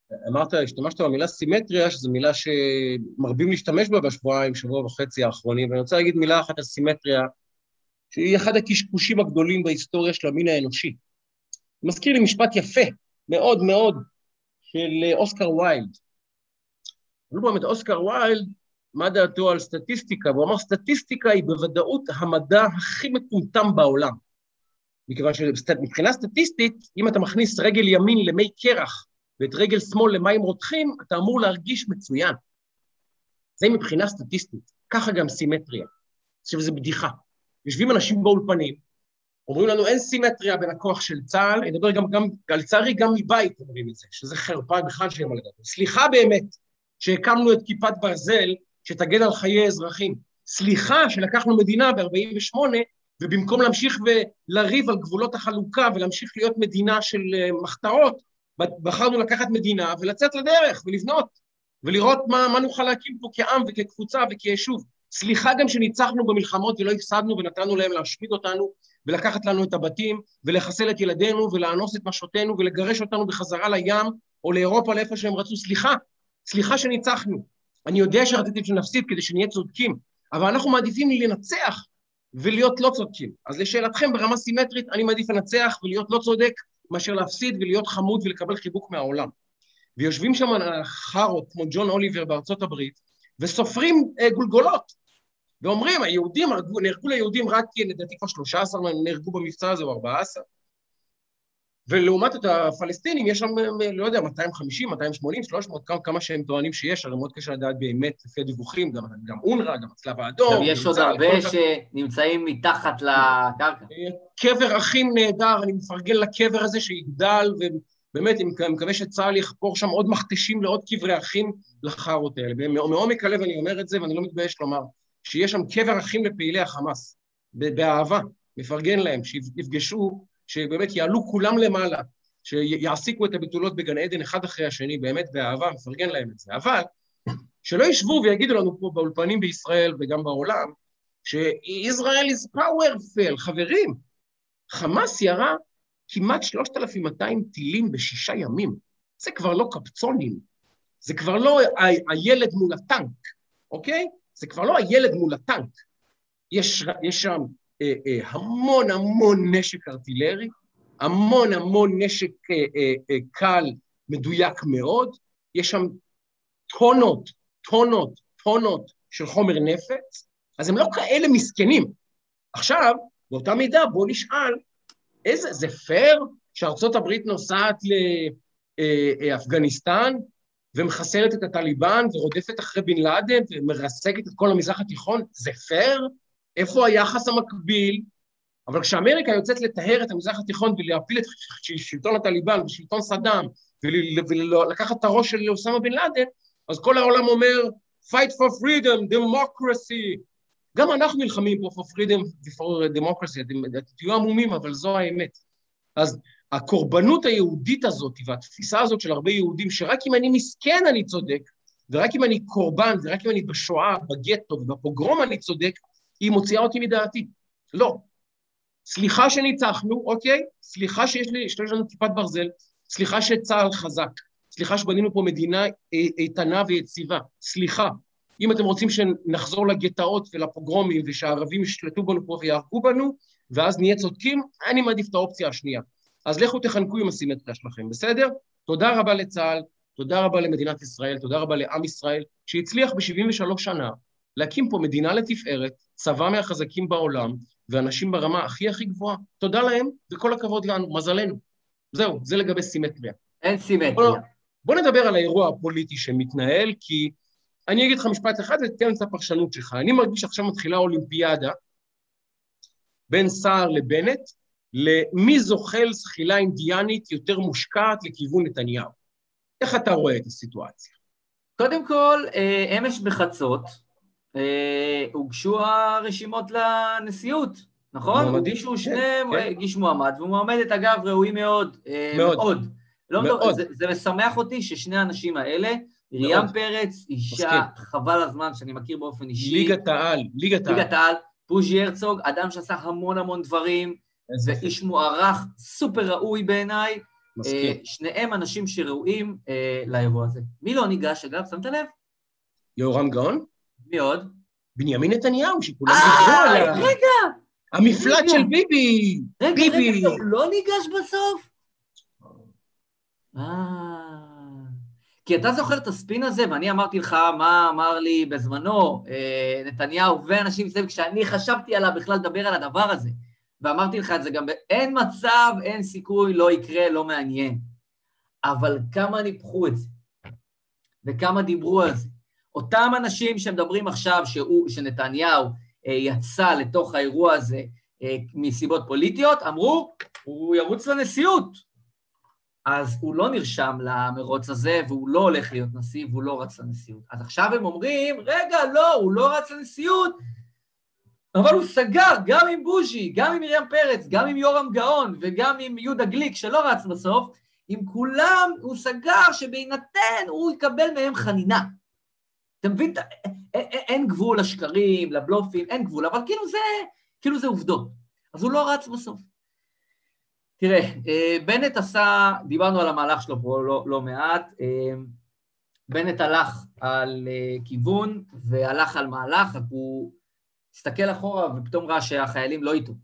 Speaker 3: אמרת, השתמשת במילה סימטריה, שזו מילה שמרבים להשתמש בה בשבועיים, שבוע וחצי האחרונים, ואני רוצה להגיד מילה אחת על סימטריה, שהיא אחד הקשקושים הגדולים בהיסטוריה של המין האנושי. זה מזכיר לי משפט יפה, מאוד מאוד, של אוסקר ויילד. לא באמת, אוסקר ויילד, מה דעתו על סטטיסטיקה? והוא אמר, סטטיסטיקה היא בוודאות המדע הכי מטומטם בעולם. מכיוון שמבחינה סטטיסטית, אם אתה מכניס רגל ימין למי קרח, ואת רגל שמאל למים רותחים, אתה אמור להרגיש מצוין. זה מבחינה סטטיסטית. ככה גם סימטריה. עכשיו, זה בדיחה. יושבים אנשים באולפנים, אומרים לנו, אין סימטריה בין הכוח של צה"ל, אני מדבר גם, גם, לצערי גם מבית אומרים את זה, שזה חרפה בכלל שהם על הדבר. סליחה באמת, שהקמנו את כיפת ברזל, שתגן על חיי אזרחים. סליחה שלקחנו מדינה ב-ארבעים ושמונה, ובמקום להמשיך ולריב על גבולות החלוקה, ולהמשיך להיות מדינה של מחתרות, בחרנו לקחת מדינה ולצאת לדרך ולבנות, ולראות מה, מה נוכל להקים פה כעם וכקבוצה וכיישוב. סליחה גם שניצחנו במלחמות ולא הפסדנו ונתנו להם להשמיד אותנו, ולקחת לנו את הבתים, ולחסל את ילדינו, ולאנוס את משותינו, ולגרש אותנו בחזרה לים, או לאירופה לאיפה שהם רצו. סליחה, סליחה שניצחנו. אני יודע שרציתם שנפסיד כדי שנהיה צודקים, אבל אנחנו מעדיפים לנצח ולהיות לא צודקים. אז לשאלתכם, ברמה סימטרית, אני מעדיף לנצח ולהיות לא צודק, מאשר להפסיד ולהיות חמוד ולקבל חיבוק מהעולם. ויושבים שם חארות, כמו ג'ון אוליבר בארצות הברית, וסופרים אה, גולגולות, ואומרים, היהודים, נהרגו ליהודים רק, לדעתי כבר שלושה עשר נהרגו במבצע הזה, או ארבעה עשר, ולעומת את הפלסטינים, יש שם, לא יודע, מאתיים וחמישים, מאתיים ושמונים, שלוש מאות, כמה, כמה שהם טוענים שיש, הרי מאוד קשה לדעת באמת, לפי הדיווחים, גם, גם אונר"א, גם הצלב האדום.
Speaker 2: יש עוד הרבה שנמצאים מתחת לקרקע.
Speaker 3: קבר אחים נהדר, אני מפרגן לקבר הזה שיגדל, ובאמת, אני מקווה שצה"ל יחפור שם עוד מכתשים לעוד קברי אחים לחארות האלה. מעומק הלב אני אומר את זה, ואני לא מתבייש לומר, שיש שם קבר אחים לפעילי החמאס, באהבה, מפרגן להם, שיפגשו, שבאמת יעלו כולם למעלה, שיעסיקו את הבתולות בגן עדן אחד אחרי השני, באמת באהבה, מפרגן להם את זה. אבל שלא ישבו ויגידו לנו פה באולפנים בישראל וגם בעולם, שישראל is powerful, חברים, חמאס ירה כמעט שלושת אלפים ומאתיים טילים בשישה ימים, זה כבר לא קפצונים, זה כבר לא ה- הילד מול הטנק, אוקיי? זה כבר לא הילד מול הטנק, יש, יש שם אה, אה, המון המון נשק ארטילרי, המון המון נשק אה, אה, אה, קל מדויק מאוד, יש שם טונות, טונות, טונות של חומר נפץ, אז הם לא כאלה מסכנים. עכשיו, באותה מידה, בואו נשאל, איזה, זה פייר שארצות הברית נוסעת לאפגניסטן, ומחסלת את הטליבן, ורודפת אחרי בן לאדן, ומרסקת את כל המזרח התיכון, זה פייר? איפה היחס המקביל? אבל כשאמריקה יוצאת לטהר את המזרח התיכון, ולהפיל את שלטון הטליבן, ושלטון סדאם, ולקחת את הראש של אוסמה בן לאדן, אז כל העולם אומר, fight for freedom, democracy. גם אנחנו נלחמים פה for freedom for democracy, אתם תהיו עמומים, אבל זו האמת. אז הקורבנות היהודית הזאת, והתפיסה הזאת של הרבה יהודים, שרק אם אני מסכן אני צודק, ורק אם אני קורבן, ורק אם אני בשואה, בגטו ובפוגרום אני צודק, היא מוציאה אותי מדעתי. לא. סליחה שניצחנו, אוקיי? סליחה שיש לי, שיש לנו כיפת ברזל, סליחה שצה"ל חזק, סליחה שבנינו פה מדינה איתנה ויציבה, סליחה. אם אתם רוצים שנחזור לגטאות ולפוגרומים, ושהערבים ישלטו בנו פה ויערכו בנו, ואז נהיה צודקים, אני מעדיף את האופציה השנייה. אז לכו תחנקו עם הסימטריה שלכם, בסדר? תודה רבה לצה"ל, תודה רבה למדינת ישראל, תודה רבה לעם ישראל, שהצליח ב-שבעים ושלוש שנה להקים פה מדינה לתפארת, צבא מהחזקים בעולם, ואנשים ברמה הכי הכי גבוהה. תודה להם, וכל הכבוד לנו, מזלנו. זהו, זה לגבי סימטריה.
Speaker 2: אין סימטריה.
Speaker 3: בוא, בוא נדבר על האירוע הפוליטי שמתנהל, כי אני אגיד לך משפט אחד, ותתן את הפרשנות שלך. אני מרגיש שעכשיו מתחילה אולימפיאדה, בין סער לבנט, למי זוחל זחילה אינדיאנית יותר מושקעת לכיוון נתניהו. איך אתה רואה את הסיטואציה?
Speaker 2: קודם כל, אמש בחצות, הוגשו הרשימות לנשיאות, נכון? הגישו שניהם, הגיש מועמד, ומועמדת אגב ראוי מאוד, מאוד. זה משמח אותי ששני האנשים האלה, ריאם פרץ, אישה, חבל הזמן שאני מכיר באופן אישי.
Speaker 3: ליגת העל, ליגת העל.
Speaker 2: ליגת העל, בוז'י הרצוג, אדם שעשה המון המון דברים, ואיש מוערך, סופר ראוי בעיניי,
Speaker 3: מסכים.
Speaker 2: שניהם אנשים שראויים לאירוע הזה. מי לא ניגש, אגב, שמת לב?
Speaker 3: יורם גאון?
Speaker 2: מי עוד?
Speaker 3: בנימין נתניהו, שכולם דיברו עליו.
Speaker 2: רגע!
Speaker 3: המפלט של ביבי!
Speaker 2: רגע,
Speaker 3: ביבי!
Speaker 2: רגע, הוא לא ניגש בסוף? אה... כי אתה זוכר את הספין הזה, ואני אמרתי לך מה אמר לי בזמנו, נתניהו ואנשים מסביב, כשאני חשבתי עליו בכלל לדבר על הדבר הזה, ואמרתי לך את זה גם, אין מצב, אין סיכוי, לא יקרה, לא מעניין. אבל כמה ניפחו את זה, וכמה דיברו על זה. אותם אנשים שמדברים עכשיו שהוא, שנתניהו יצא לתוך האירוע הזה מסיבות פוליטיות, אמרו, הוא ירוץ לנשיאות. אז הוא לא נרשם למרוץ הזה, והוא לא הולך להיות נשיא, והוא לא רץ לנשיאות. אז עכשיו הם אומרים, רגע, לא, הוא לא רץ לנשיאות, אבל הוא סגר גם עם בוז'י, גם עם מרים פרץ, גם עם יורם גאון, וגם עם יהודה גליק, שלא רץ בסוף, עם כולם הוא סגר שבהינתן הוא יקבל מהם חנינה. אתה מבין? אין גבול לשקרים, לבלופים, אין גבול, אבל כאילו זה, כאילו זה עובדות. אז הוא לא רץ בסוף. תראה, בנט עשה, דיברנו על המהלך שלו פה לא, לא מעט, בנט הלך על כיוון והלך על מהלך, הוא הסתכל אחורה ופתאום ראה שהחיילים לא איתו.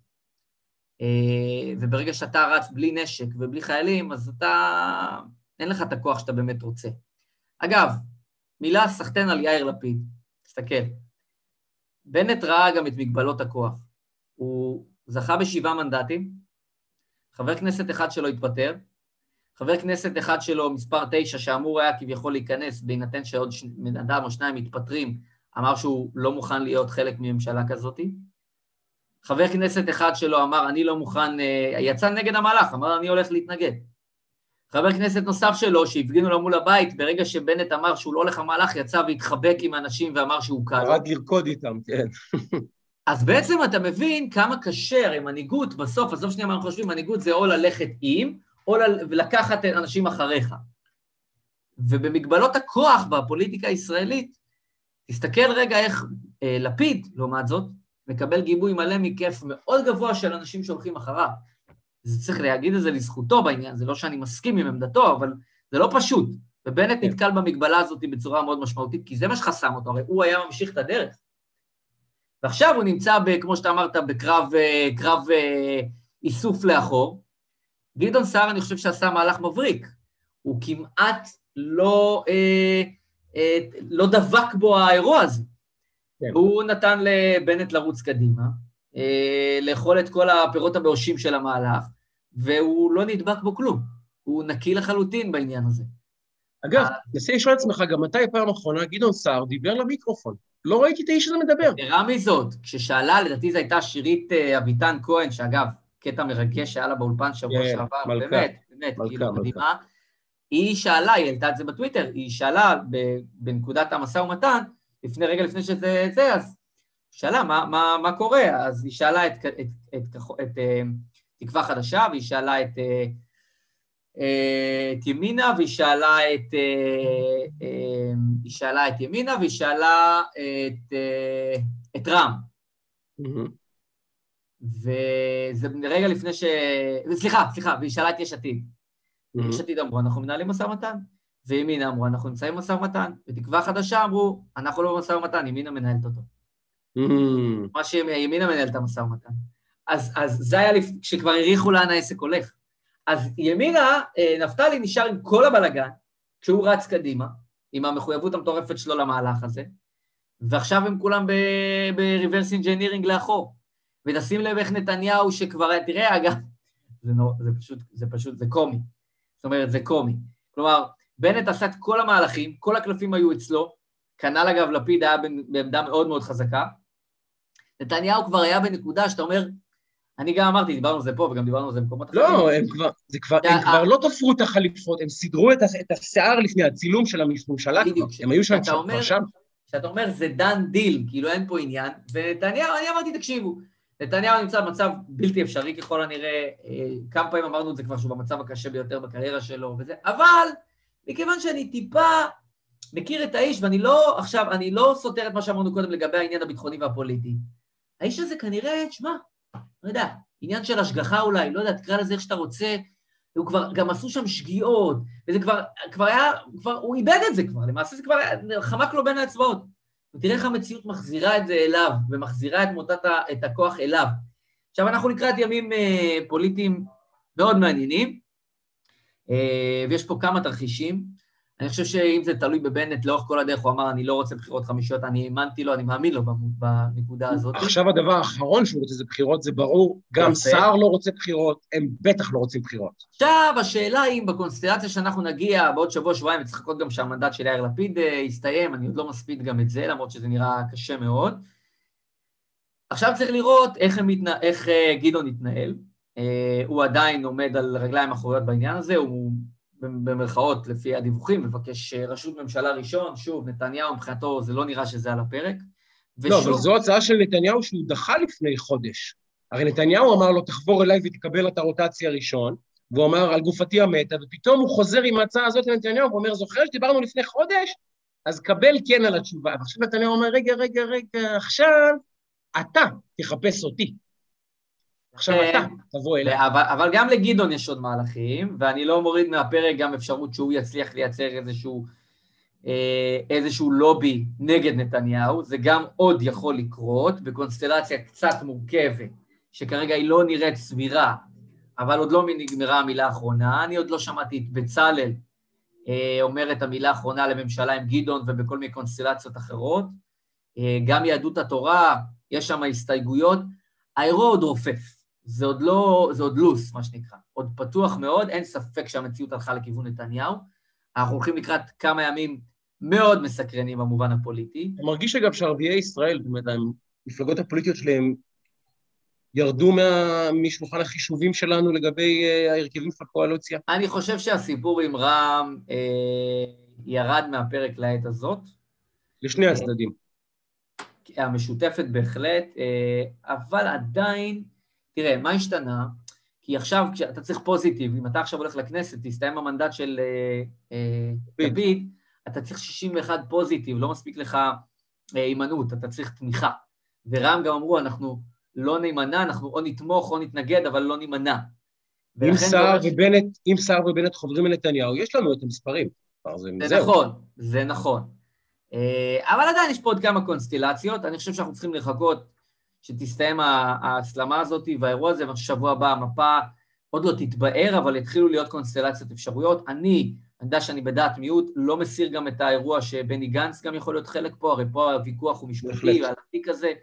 Speaker 2: וברגע שאתה רץ בלי נשק ובלי חיילים, אז אתה, אין לך את הכוח שאתה באמת רוצה. אגב, מילה סחטן על יאיר לפיד, תסתכל. בנט ראה גם את מגבלות הכוח. הוא זכה בשבעה מנדטים, חבר כנסת אחד שלו התפטר, חבר כנסת אחד שלו, מספר תשע, שאמור היה כביכול להיכנס, בהינתן שעוד בן אדם או שניים מתפטרים, אמר שהוא לא מוכן להיות חלק מממשלה כזאת. חבר כנסת אחד שלו אמר, אני לא מוכן, יצא נגד המהלך, אמר, אני הולך להתנגד. חבר כנסת נוסף שלו, שהפגינו לו מול הבית, ברגע שבנט אמר שהוא לא הולך המהלך, יצא והתחבק עם אנשים ואמר שהוא קל.
Speaker 3: רק לרקוד איתם, כן.
Speaker 2: אז בעצם אתה מבין כמה קשה, הרי מנהיגות בסוף, עזוב שנייה מה אנחנו חושבים, מנהיגות זה או ללכת עם, או לקחת אנשים אחריך. ובמגבלות הכוח בפוליטיקה הישראלית, תסתכל רגע איך אה, לפיד, לעומת זאת, מקבל גיבוי מלא מכיף מאוד גבוה של אנשים שהולכים אחריו. זה צריך להגיד את זה לזכותו בעניין, זה לא שאני מסכים עם עמדתו, אבל זה לא פשוט. ובנט כן. נתקל במגבלה הזאת בצורה מאוד משמעותית, כי זה מה שחסם אותו, הרי הוא היה ממשיך את הדרך. ועכשיו הוא נמצא, ב, כמו שאתה אמרת, בקרב קרב, איסוף לאחור. גדעון סער, אני חושב שעשה מהלך מבריק. הוא כמעט לא, אה, אה, לא דבק בו האירוע הזה. כן. הוא נתן לבנט לרוץ קדימה, אה, לאכול את כל הפירות הבאושים של המהלך, והוא לא נדבק בו כלום. הוא נקי לחלוטין בעניין הזה.
Speaker 3: אגב, נסה לשאול עצמך, גם מתי פעם אחרונה גדעון סער דיבר למיקרופון? לא ראיתי את האיש הזה מדבר.
Speaker 2: נראה מזאת, כששאלה, לדעתי זו הייתה שירית אביטן כהן, שאגב, קטע מרגש שהיה לה באולפן שבוע שעבר, באמת, באמת, כאילו מדהימה, היא שאלה, היא העלתה את זה בטוויטר, היא שאלה בנקודת המשא ומתן, לפני רגע לפני שזה זה, אז שאלה, מה קורה? אז היא שאלה את תקווה חדשה, והיא שאלה את... את ימינה, והיא שאלה את, היא שאלה את ימינה, והיא שאלה את, את רם. וזה רגע לפני ש... סליחה, סליחה, והיא שאלה את יש עתיד. יש עתיד אמרו, אנחנו מנהלים משא ומתן, וימינה אמרו, אנחנו נמצאים משא ומתן, ותקווה חדשה אמרו, אנחנו לא במשא ומתן, ימינה מנהלת אותו. מה שימינה מנהלת המשא ומתן. אז זה היה כשכבר הריחו לאן העסק הולך. אז ימינה, נפתלי נשאר עם כל הבלגן, כשהוא רץ קדימה, עם המחויבות המטורפת שלו למהלך הזה, ועכשיו הם כולם ב-reverse engineering לאחור, ותשים לב איך נתניהו שכבר, תראה אגב, זה, נור, זה פשוט, זה פשוט, זה קומי, זאת אומרת, זה קומי. כלומר, בנט עשה את כל המהלכים, כל הקלפים היו אצלו, כנ"ל אגב לפיד היה בעמדה מאוד מאוד חזקה, נתניהו כבר היה בנקודה שאתה אומר, אני גם אמרתי, דיברנו על זה פה, וגם דיברנו על זה במקומות אחרים.
Speaker 3: לא, הם כבר, זה כבר, הם כבר לא תפרו את החליפות, הם סידרו את השיער לפני הצילום של הממשלה, הם היו שם כבר שם.
Speaker 2: שאתה אומר, זה דן דיל, כאילו אין פה עניין, ונתניהו, אני אמרתי, תקשיבו, נתניהו נמצא במצב בלתי אפשרי ככל הנראה, כמה פעמים אמרנו את זה כבר שהוא במצב הקשה ביותר בקריירה שלו וזה, אבל מכיוון שאני טיפה מכיר את האיש, ואני לא, עכשיו, אני לא סותר את מה שאמרנו קודם לגבי העניין הביטחוני והפוליטי. האיש הזה כנראה, תשמע, לא יודע, עניין של השגחה אולי, לא יודע, תקרא לזה איך שאתה רוצה, הוא כבר, גם עשו שם שגיאות, וזה כבר, כבר היה, כבר, הוא איבד את זה כבר, למעשה זה כבר היה, חמק לו בין האצבעות. ותראה איך המציאות מחזירה את זה אליו, ומחזירה את מוטת את הכוח אליו. עכשיו אנחנו לקראת ימים אה, פוליטיים מאוד מעניינים, אה, ויש פה כמה תרחישים. אני חושב שאם זה תלוי בבנט, לאורך כל הדרך הוא אמר, אני לא רוצה בחירות חמישיות, אני האמנתי לו, אני מאמין לו בנקודה הזאת.
Speaker 3: עכשיו הדבר האחרון שהוא רוצה זה בחירות, זה ברור, גם שר לא רוצה בחירות, הם בטח לא רוצים בחירות.
Speaker 2: עכשיו, השאלה היא, בקונסטלציה שאנחנו נגיע, בעוד שבוע, שבועיים, צריך לחכות גם שהמנדט של יאיר לפיד יסתיים, אני עוד לא מספיד גם את זה, למרות שזה נראה קשה מאוד. עכשיו צריך לראות איך, מתנה... איך גדעון יתנהל, הוא עדיין עומד על רגליים אחוריות בעניין הזה, הוא במרכאות לפי הדיווחים, מבקש ראשות ממשלה ראשון, שוב, נתניהו מבחינתו זה לא נראה שזה על הפרק.
Speaker 3: לא, ושוב... אבל זו הצעה של נתניהו שהוא דחה לפני חודש. הרי נתניהו אמר לו, תחבור אליי ותקבל את הרוטציה ראשון, והוא אמר, על גופתי המתה, ופתאום הוא חוזר עם ההצעה הזאת לנתניהו, והוא אומר, זוכר שדיברנו לפני חודש? אז קבל כן על התשובה. ועכשיו נתניהו אומר, רגע, רגע, רגע, עכשיו אתה תחפש אותי. עכשיו אתה, תבוא אליה.
Speaker 2: אבל, אבל גם לגדעון יש עוד מהלכים, ואני לא מוריד מהפרק גם אפשרות שהוא יצליח לייצר איזשהו, איזשהו לובי נגד נתניהו, זה גם עוד יכול לקרות, בקונסטלציה קצת מורכבת, שכרגע היא לא נראית סבירה, אבל עוד לא נגמרה המילה האחרונה, אני עוד לא שמעתי את בצלאל אומר את המילה האחרונה לממשלה עם גדעון ובכל מיני קונסטלציות אחרות, גם יהדות התורה, יש שם הסתייגויות, האירוע עוד רופף. זה עוד לא, זה עוד לוס, מה שנקרא. עוד פתוח מאוד, אין ספק שהמציאות הלכה לכיוון נתניהו. אנחנו הולכים לקראת כמה ימים מאוד מסקרנים במובן הפוליטי.
Speaker 3: אני מרגיש שגם שערביי ישראל, זאת אומרת, המפלגות הפוליטיות שלהם ירדו מה, משולחן החישובים שלנו לגבי אה, ההרכבים של הקואליציה.
Speaker 2: אני חושב שהסיפור עם רע"מ אה, ירד מהפרק לעת הזאת.
Speaker 3: לשני הצדדים.
Speaker 2: אה, המשותפת בהחלט, אה, אבל עדיין, תראה, מה השתנה? כי עכשיו, כשאתה צריך פוזיטיב, אם אתה עכשיו הולך לכנסת, תסתיים המנדט של לפיד, אתה צריך שישים ואחד פוזיטיב, לא מספיק לך הימנעות, אתה צריך תמיכה. ורע"מ גם אמרו, אנחנו לא נימנע, אנחנו או נתמוך או נתנגד, אבל לא נימנע.
Speaker 3: אם סער ובנט, אם סער ובנט חוברים לנתניהו, יש לנו את המספרים.
Speaker 2: זה נכון, זה נכון. אבל עדיין יש פה עוד כמה קונסטלציות, אני חושב שאנחנו צריכים לחכות שתסתיים ההסלמה הזאת, והאירוע הזה, שבוע הבא, המפה עוד לא תתבאר, אבל התחילו להיות קונסטלציות אפשרויות. אני, אני יודע שאני בדעת מיעוט, לא מסיר גם את האירוע שבני גנץ גם יכול להיות חלק פה, הרי פה הוויכוח הוא משפטי, ועל התיק הזה,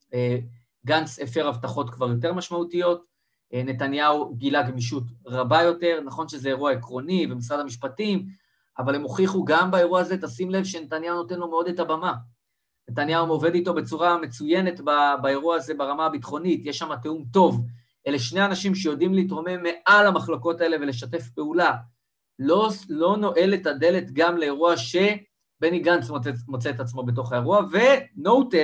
Speaker 2: גנץ הפר הבטחות כבר יותר משמעותיות, נתניהו גילה גמישות רבה יותר, נכון שזה אירוע עקרוני במשרד המשפטים, אבל הם הוכיחו גם באירוע הזה, תשים לב שנתניהו נותן לו מאוד את הבמה, נתניהו עובד איתו בצורה מצוינת באירוע הזה ברמה הביטחונית, יש שם תיאום טוב, אלה שני אנשים שיודעים להתרומם מעל המחלקות האלה ולשתף פעולה, לא, לא נועל את הדלת גם לאירוע שבני גנץ מוצא, מוצא את עצמו בתוך האירוע, ונוטד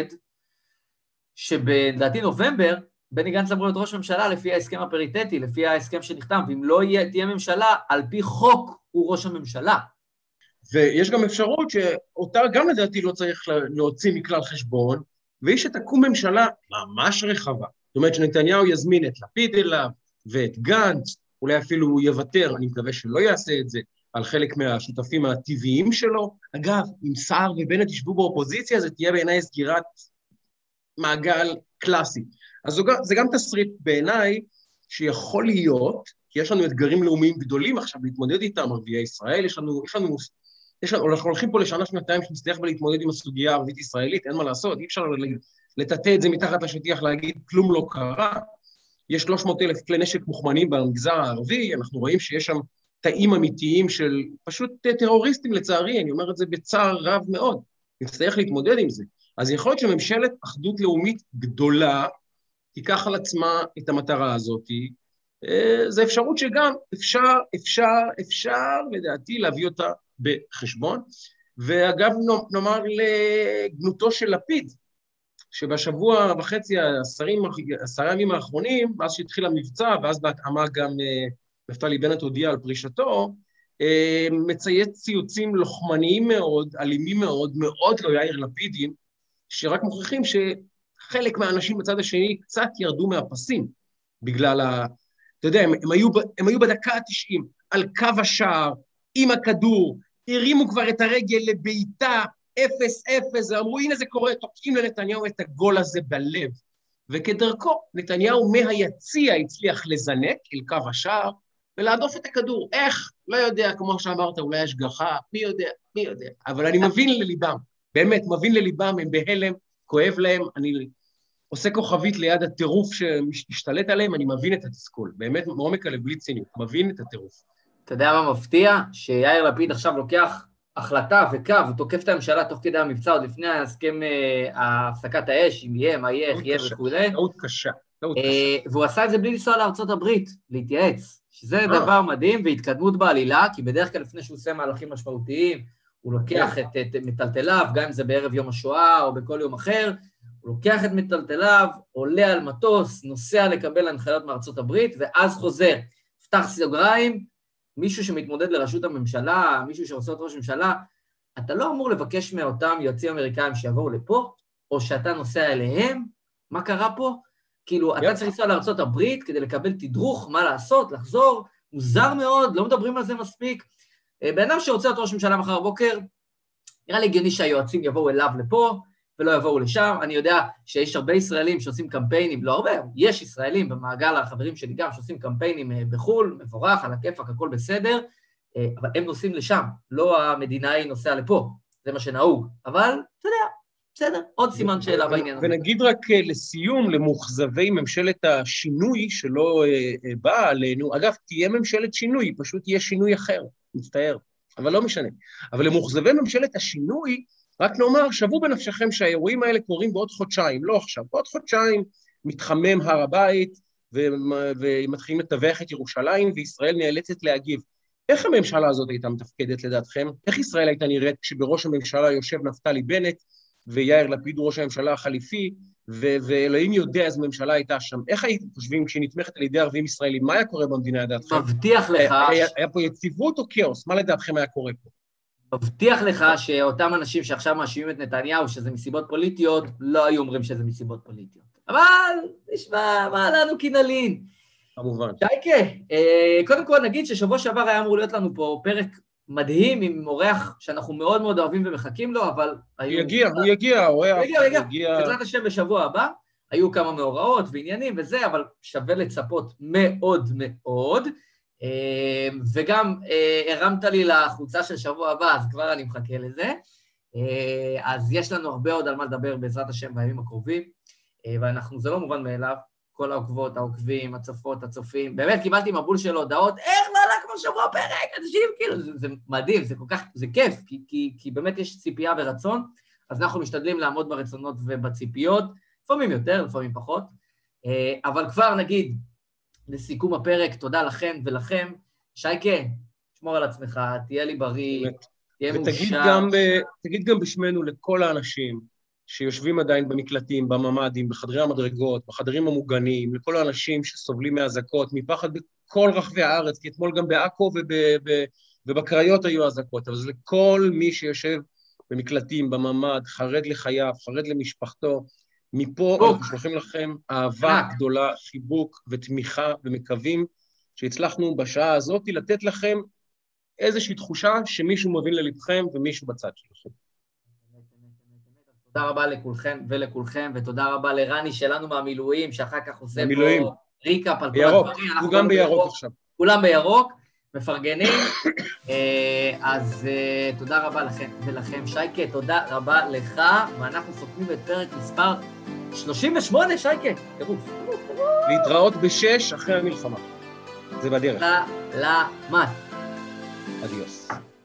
Speaker 2: שבדעתי נובמבר, בני גנץ אמור להיות ראש ממשלה לפי ההסכם הפריטטי, לפי ההסכם שנחתם, ואם לא יהיה, תהיה ממשלה, על פי חוק הוא ראש הממשלה.
Speaker 3: ויש גם אפשרות שאותה גם לדעתי לא צריך להוציא מכלל חשבון, והיא שתקום ממשלה ממש רחבה. זאת אומרת שנתניהו יזמין את לפיד אליו, ואת גנץ, אולי אפילו הוא יוותר, אני מקווה שלא יעשה את זה, על חלק מהשותפים הטבעיים שלו. אגב, אם סער ובנט ישבו באופוזיציה, זה תהיה בעיניי סגירת מעגל קלאסי. אז זו, זה גם תסריט בעיניי שיכול להיות, כי יש לנו אתגרים לאומיים גדולים עכשיו להתמודד איתם, ערביי ישראל, יש לנו, יש לנו, יש לנו, אנחנו הולכים פה לשנה שנתיים שנצטרך להתמודד עם הסוגיה הערבית ישראלית, אין מה לעשות, אי אפשר לטאטא את זה מתחת לשטיח, להגיד כלום לא קרה, יש שלוש מאות אלף כלי נשק מוכמנים במגזר הערבי, אנחנו רואים שיש שם תאים אמיתיים של פשוט טרוריסטים לצערי, אני אומר את זה בצער רב מאוד, נצטרך להתמודד עם זה. אז יכול להיות שממשלת אחדות לאומית גדולה, תיקח על עצמה את המטרה הזאת, זו אפשרות שגם אפשר, אפשר, אפשר, לדעתי, להביא אותה בחשבון, ואגב, נאמר לגנותו של לפיד, שבשבוע וחצי, עשרים, עשרה ימים האחרונים, מאז שהתחיל המבצע, ואז בהתאמה גם נפתלי בנט הודיע על פרישתו, מצייץ ציוצים לוחמניים מאוד, אלימים מאוד, מאוד לא יאיר לפידים, שרק מוכיחים שחלק מהאנשים בצד השני קצת ירדו מהפסים, בגלל אתה יודע, הם, הם, היו, הם היו בדקה ה-תשעים, על קו השער, עם הכדור, הרימו כבר את הרגל לביתה, אפס אפס, ואמרו, הנה זה קורה, תוקעים לנתניהו את הגול הזה בלב. וכדרכו, נתניהו מהיציע הצליח לזנק אל קו השער, ולהדוף את הכדור. איך? לא יודע, כמו שאמרת, אולי השגחה, מי יודע, מי יודע. אבל אני מבין לליבם, באמת, מבין לליבם, הם בהלם, כואב להם, אני עושה כוכבית ליד הטירוף שמשתלט עליהם, אני מבין את התסכול, באמת, מעומק הלב, בלי ציניות, מבין את הטירוף.
Speaker 2: אתה יודע מה מפתיע? שיאיר לפיד עכשיו לוקח החלטה וקו, הוא תוקף את הממשלה תוך כדי המבצע, עוד לפני ההסכם, הפסקת האש, אם יהיה, מה יהיה, איך יהיה וכו'.
Speaker 3: טעות קשה, טעות קשה.
Speaker 2: והוא עשה את זה בלי לנסוע לארצות הברית, להתייעץ, שזה דבר מדהים והתקדמות בעלילה, כי בדרך כלל לפני שהוא עושה מהלכים משמעותיים, הוא לוקח את, את מטלטליו, גם אם זה בערב יום השואה או בכל יום אחר, הוא לוקח את מטלטליו, עולה על מטוס, נוסע לקבל הנחיות מארצות הברית, ואז חוזר. פתח סוגריים, מישהו שמתמודד לראשות הממשלה, מישהו שעושה את ראש הממשלה, אתה לא אמור לבקש מאותם יועצים אמריקאים שיבואו לפה, או שאתה נוסע אליהם, מה קרה פה? כאילו, אתה צריך לנסוע לארצות הברית כדי לקבל תדרוך, מה לעשות, לחזור, מוזר מאוד, לא מדברים על זה מספיק. באדם שרוצה את ראש הממשלה מחר בוקר, נראה לי הגיוני שהיועצים יבואו אליו לפה, ולא יבואו לשם. אני יודע שיש הרבה ישראלים שעושים קמפיינים, לא הרבה, יש ישראלים במעגל החברים שלי גם שעושים קמפיינים בחול, מבורך, על הכיפק, הכל בסדר, אבל הם נוסעים לשם, לא המדינאי נוסע לפה, זה מה שנהוג. אבל, אתה יודע, בסדר, עוד סימן שאלה בעניין הזה.
Speaker 3: ונגיד רק לסיום, למוחזבי ממשלת השינוי שלא באה עלינו, אגב, תהיה ממשלת שינוי, פשוט תהיה שינוי אחר, מצטער, אבל לא משנה. אבל למוחזבי ממשלת השינוי, רק נאמר, שבו בנפשכם שהאירועים האלה קורים בעוד חודשיים, לא עכשיו, בעוד חודשיים מתחמם הר הבית, ומתחילים לתווך את ירושלים, וישראל נאלצת להגיב. איך הממשלה הזאת הייתה מתפקדת לדעתכם? איך ישראל הייתה נראית כשבראש הממשלה יושב נפתלי בנט, ויאיר לפיד ראש הממשלה החליפי, ו- ואלוהים יודע איזו ממשלה הייתה שם. איך הייתם חושבים כשהיא נתמכת על ידי ערבים ישראלים? מה היה קורה במדינה לדעתכם?
Speaker 2: מבטיח לך...
Speaker 3: היה, היה פה יציבות או כאוס? מה לדעתכם היה קורה פה?
Speaker 2: מבטיח לך שאותם אנשים שעכשיו מאשימים את נתניהו שזה מסיבות פוליטיות, לא היו אומרים שזה מסיבות פוליטיות. אבל נשמע, מה לנו כי נלין.
Speaker 3: כמובן.
Speaker 2: שייקה, קודם כל נגיד ששבוע שעבר היה אמור להיות לנו פה פרק מדהים עם אורח שאנחנו מאוד מאוד אוהבים ומחכים לו, אבל...
Speaker 3: הוא יגיע, הוא יגיע, אורח.
Speaker 2: הוא יגיע, הוא יגיע. בעזרת השם בשבוע הבא, היו כמה מאורעות ועניינים וזה, אבל שווה לצפות מאוד מאוד, וגם הרמת לי לחוצה של שבוע הבא, אז כבר אני מחכה לזה. אז יש לנו הרבה עוד על מה לדבר בעזרת השם בימים הקרובים, ואנחנו, זה לא מובן מאליו, כל העוקבות, העוקבים, הצופות, הצופים, באמת קיבלתי מבול של הודעות, איך לא עלה כמו שבוע פרק, אנשים, כאילו, זה, זה מדהים, זה כל כך, זה כיף, כי, כי, כי באמת יש ציפייה ורצון, אז אנחנו משתדלים לעמוד ברצונות ובציפיות, לפעמים יותר, לפעמים פחות, אבל כבר נגיד, לסיכום הפרק, תודה לכם ולכם, שייקה, שמור על עצמך, תהיה לי בריא, תהיה מאושר.
Speaker 3: ותגיד גם בשמנו לכל האנשים, שיושבים עדיין במקלטים, בממ"דים, בחדרי המדרגות, בחדרים המוגנים, לכל האנשים שסובלים מהזקות, מפחד בכל רחבי הארץ, כי אתמול גם בעכו ובקריות היו הזקות, אבל זה לכל מי שיושב במקלטים, בממ"ד, חרד לחייו, חרד למשפחתו, מפה אנחנו שולחים לכם אהבה גדולה, חיבוק ותמיכה, ומקווים שהצלחנו בשעה הזאת לתת לכם איזושהי תחושה שמישהו מבין ללבכם ומישהו בצד שלכם.
Speaker 2: תודה רבה לכולכם ולכולכם, ותודה רבה לרני שלנו מהמילואים, שאחר כך עושה
Speaker 3: המילואים.
Speaker 2: פה ריקאפ על כל
Speaker 3: בירוק,
Speaker 2: הדברים.
Speaker 3: הוא גם בירוק עכשיו.
Speaker 2: כולם בירוק, מפרגנים. אז תודה רבה לכם ולכם. שייקה, תודה רבה לך, ואנחנו סופרים את פרק מספר שלושים ושמונה, שייקה. טירוף.
Speaker 3: להתראות בשש אחרי המלחמה. זה בדרך.
Speaker 2: סלמת.
Speaker 3: אדיוס.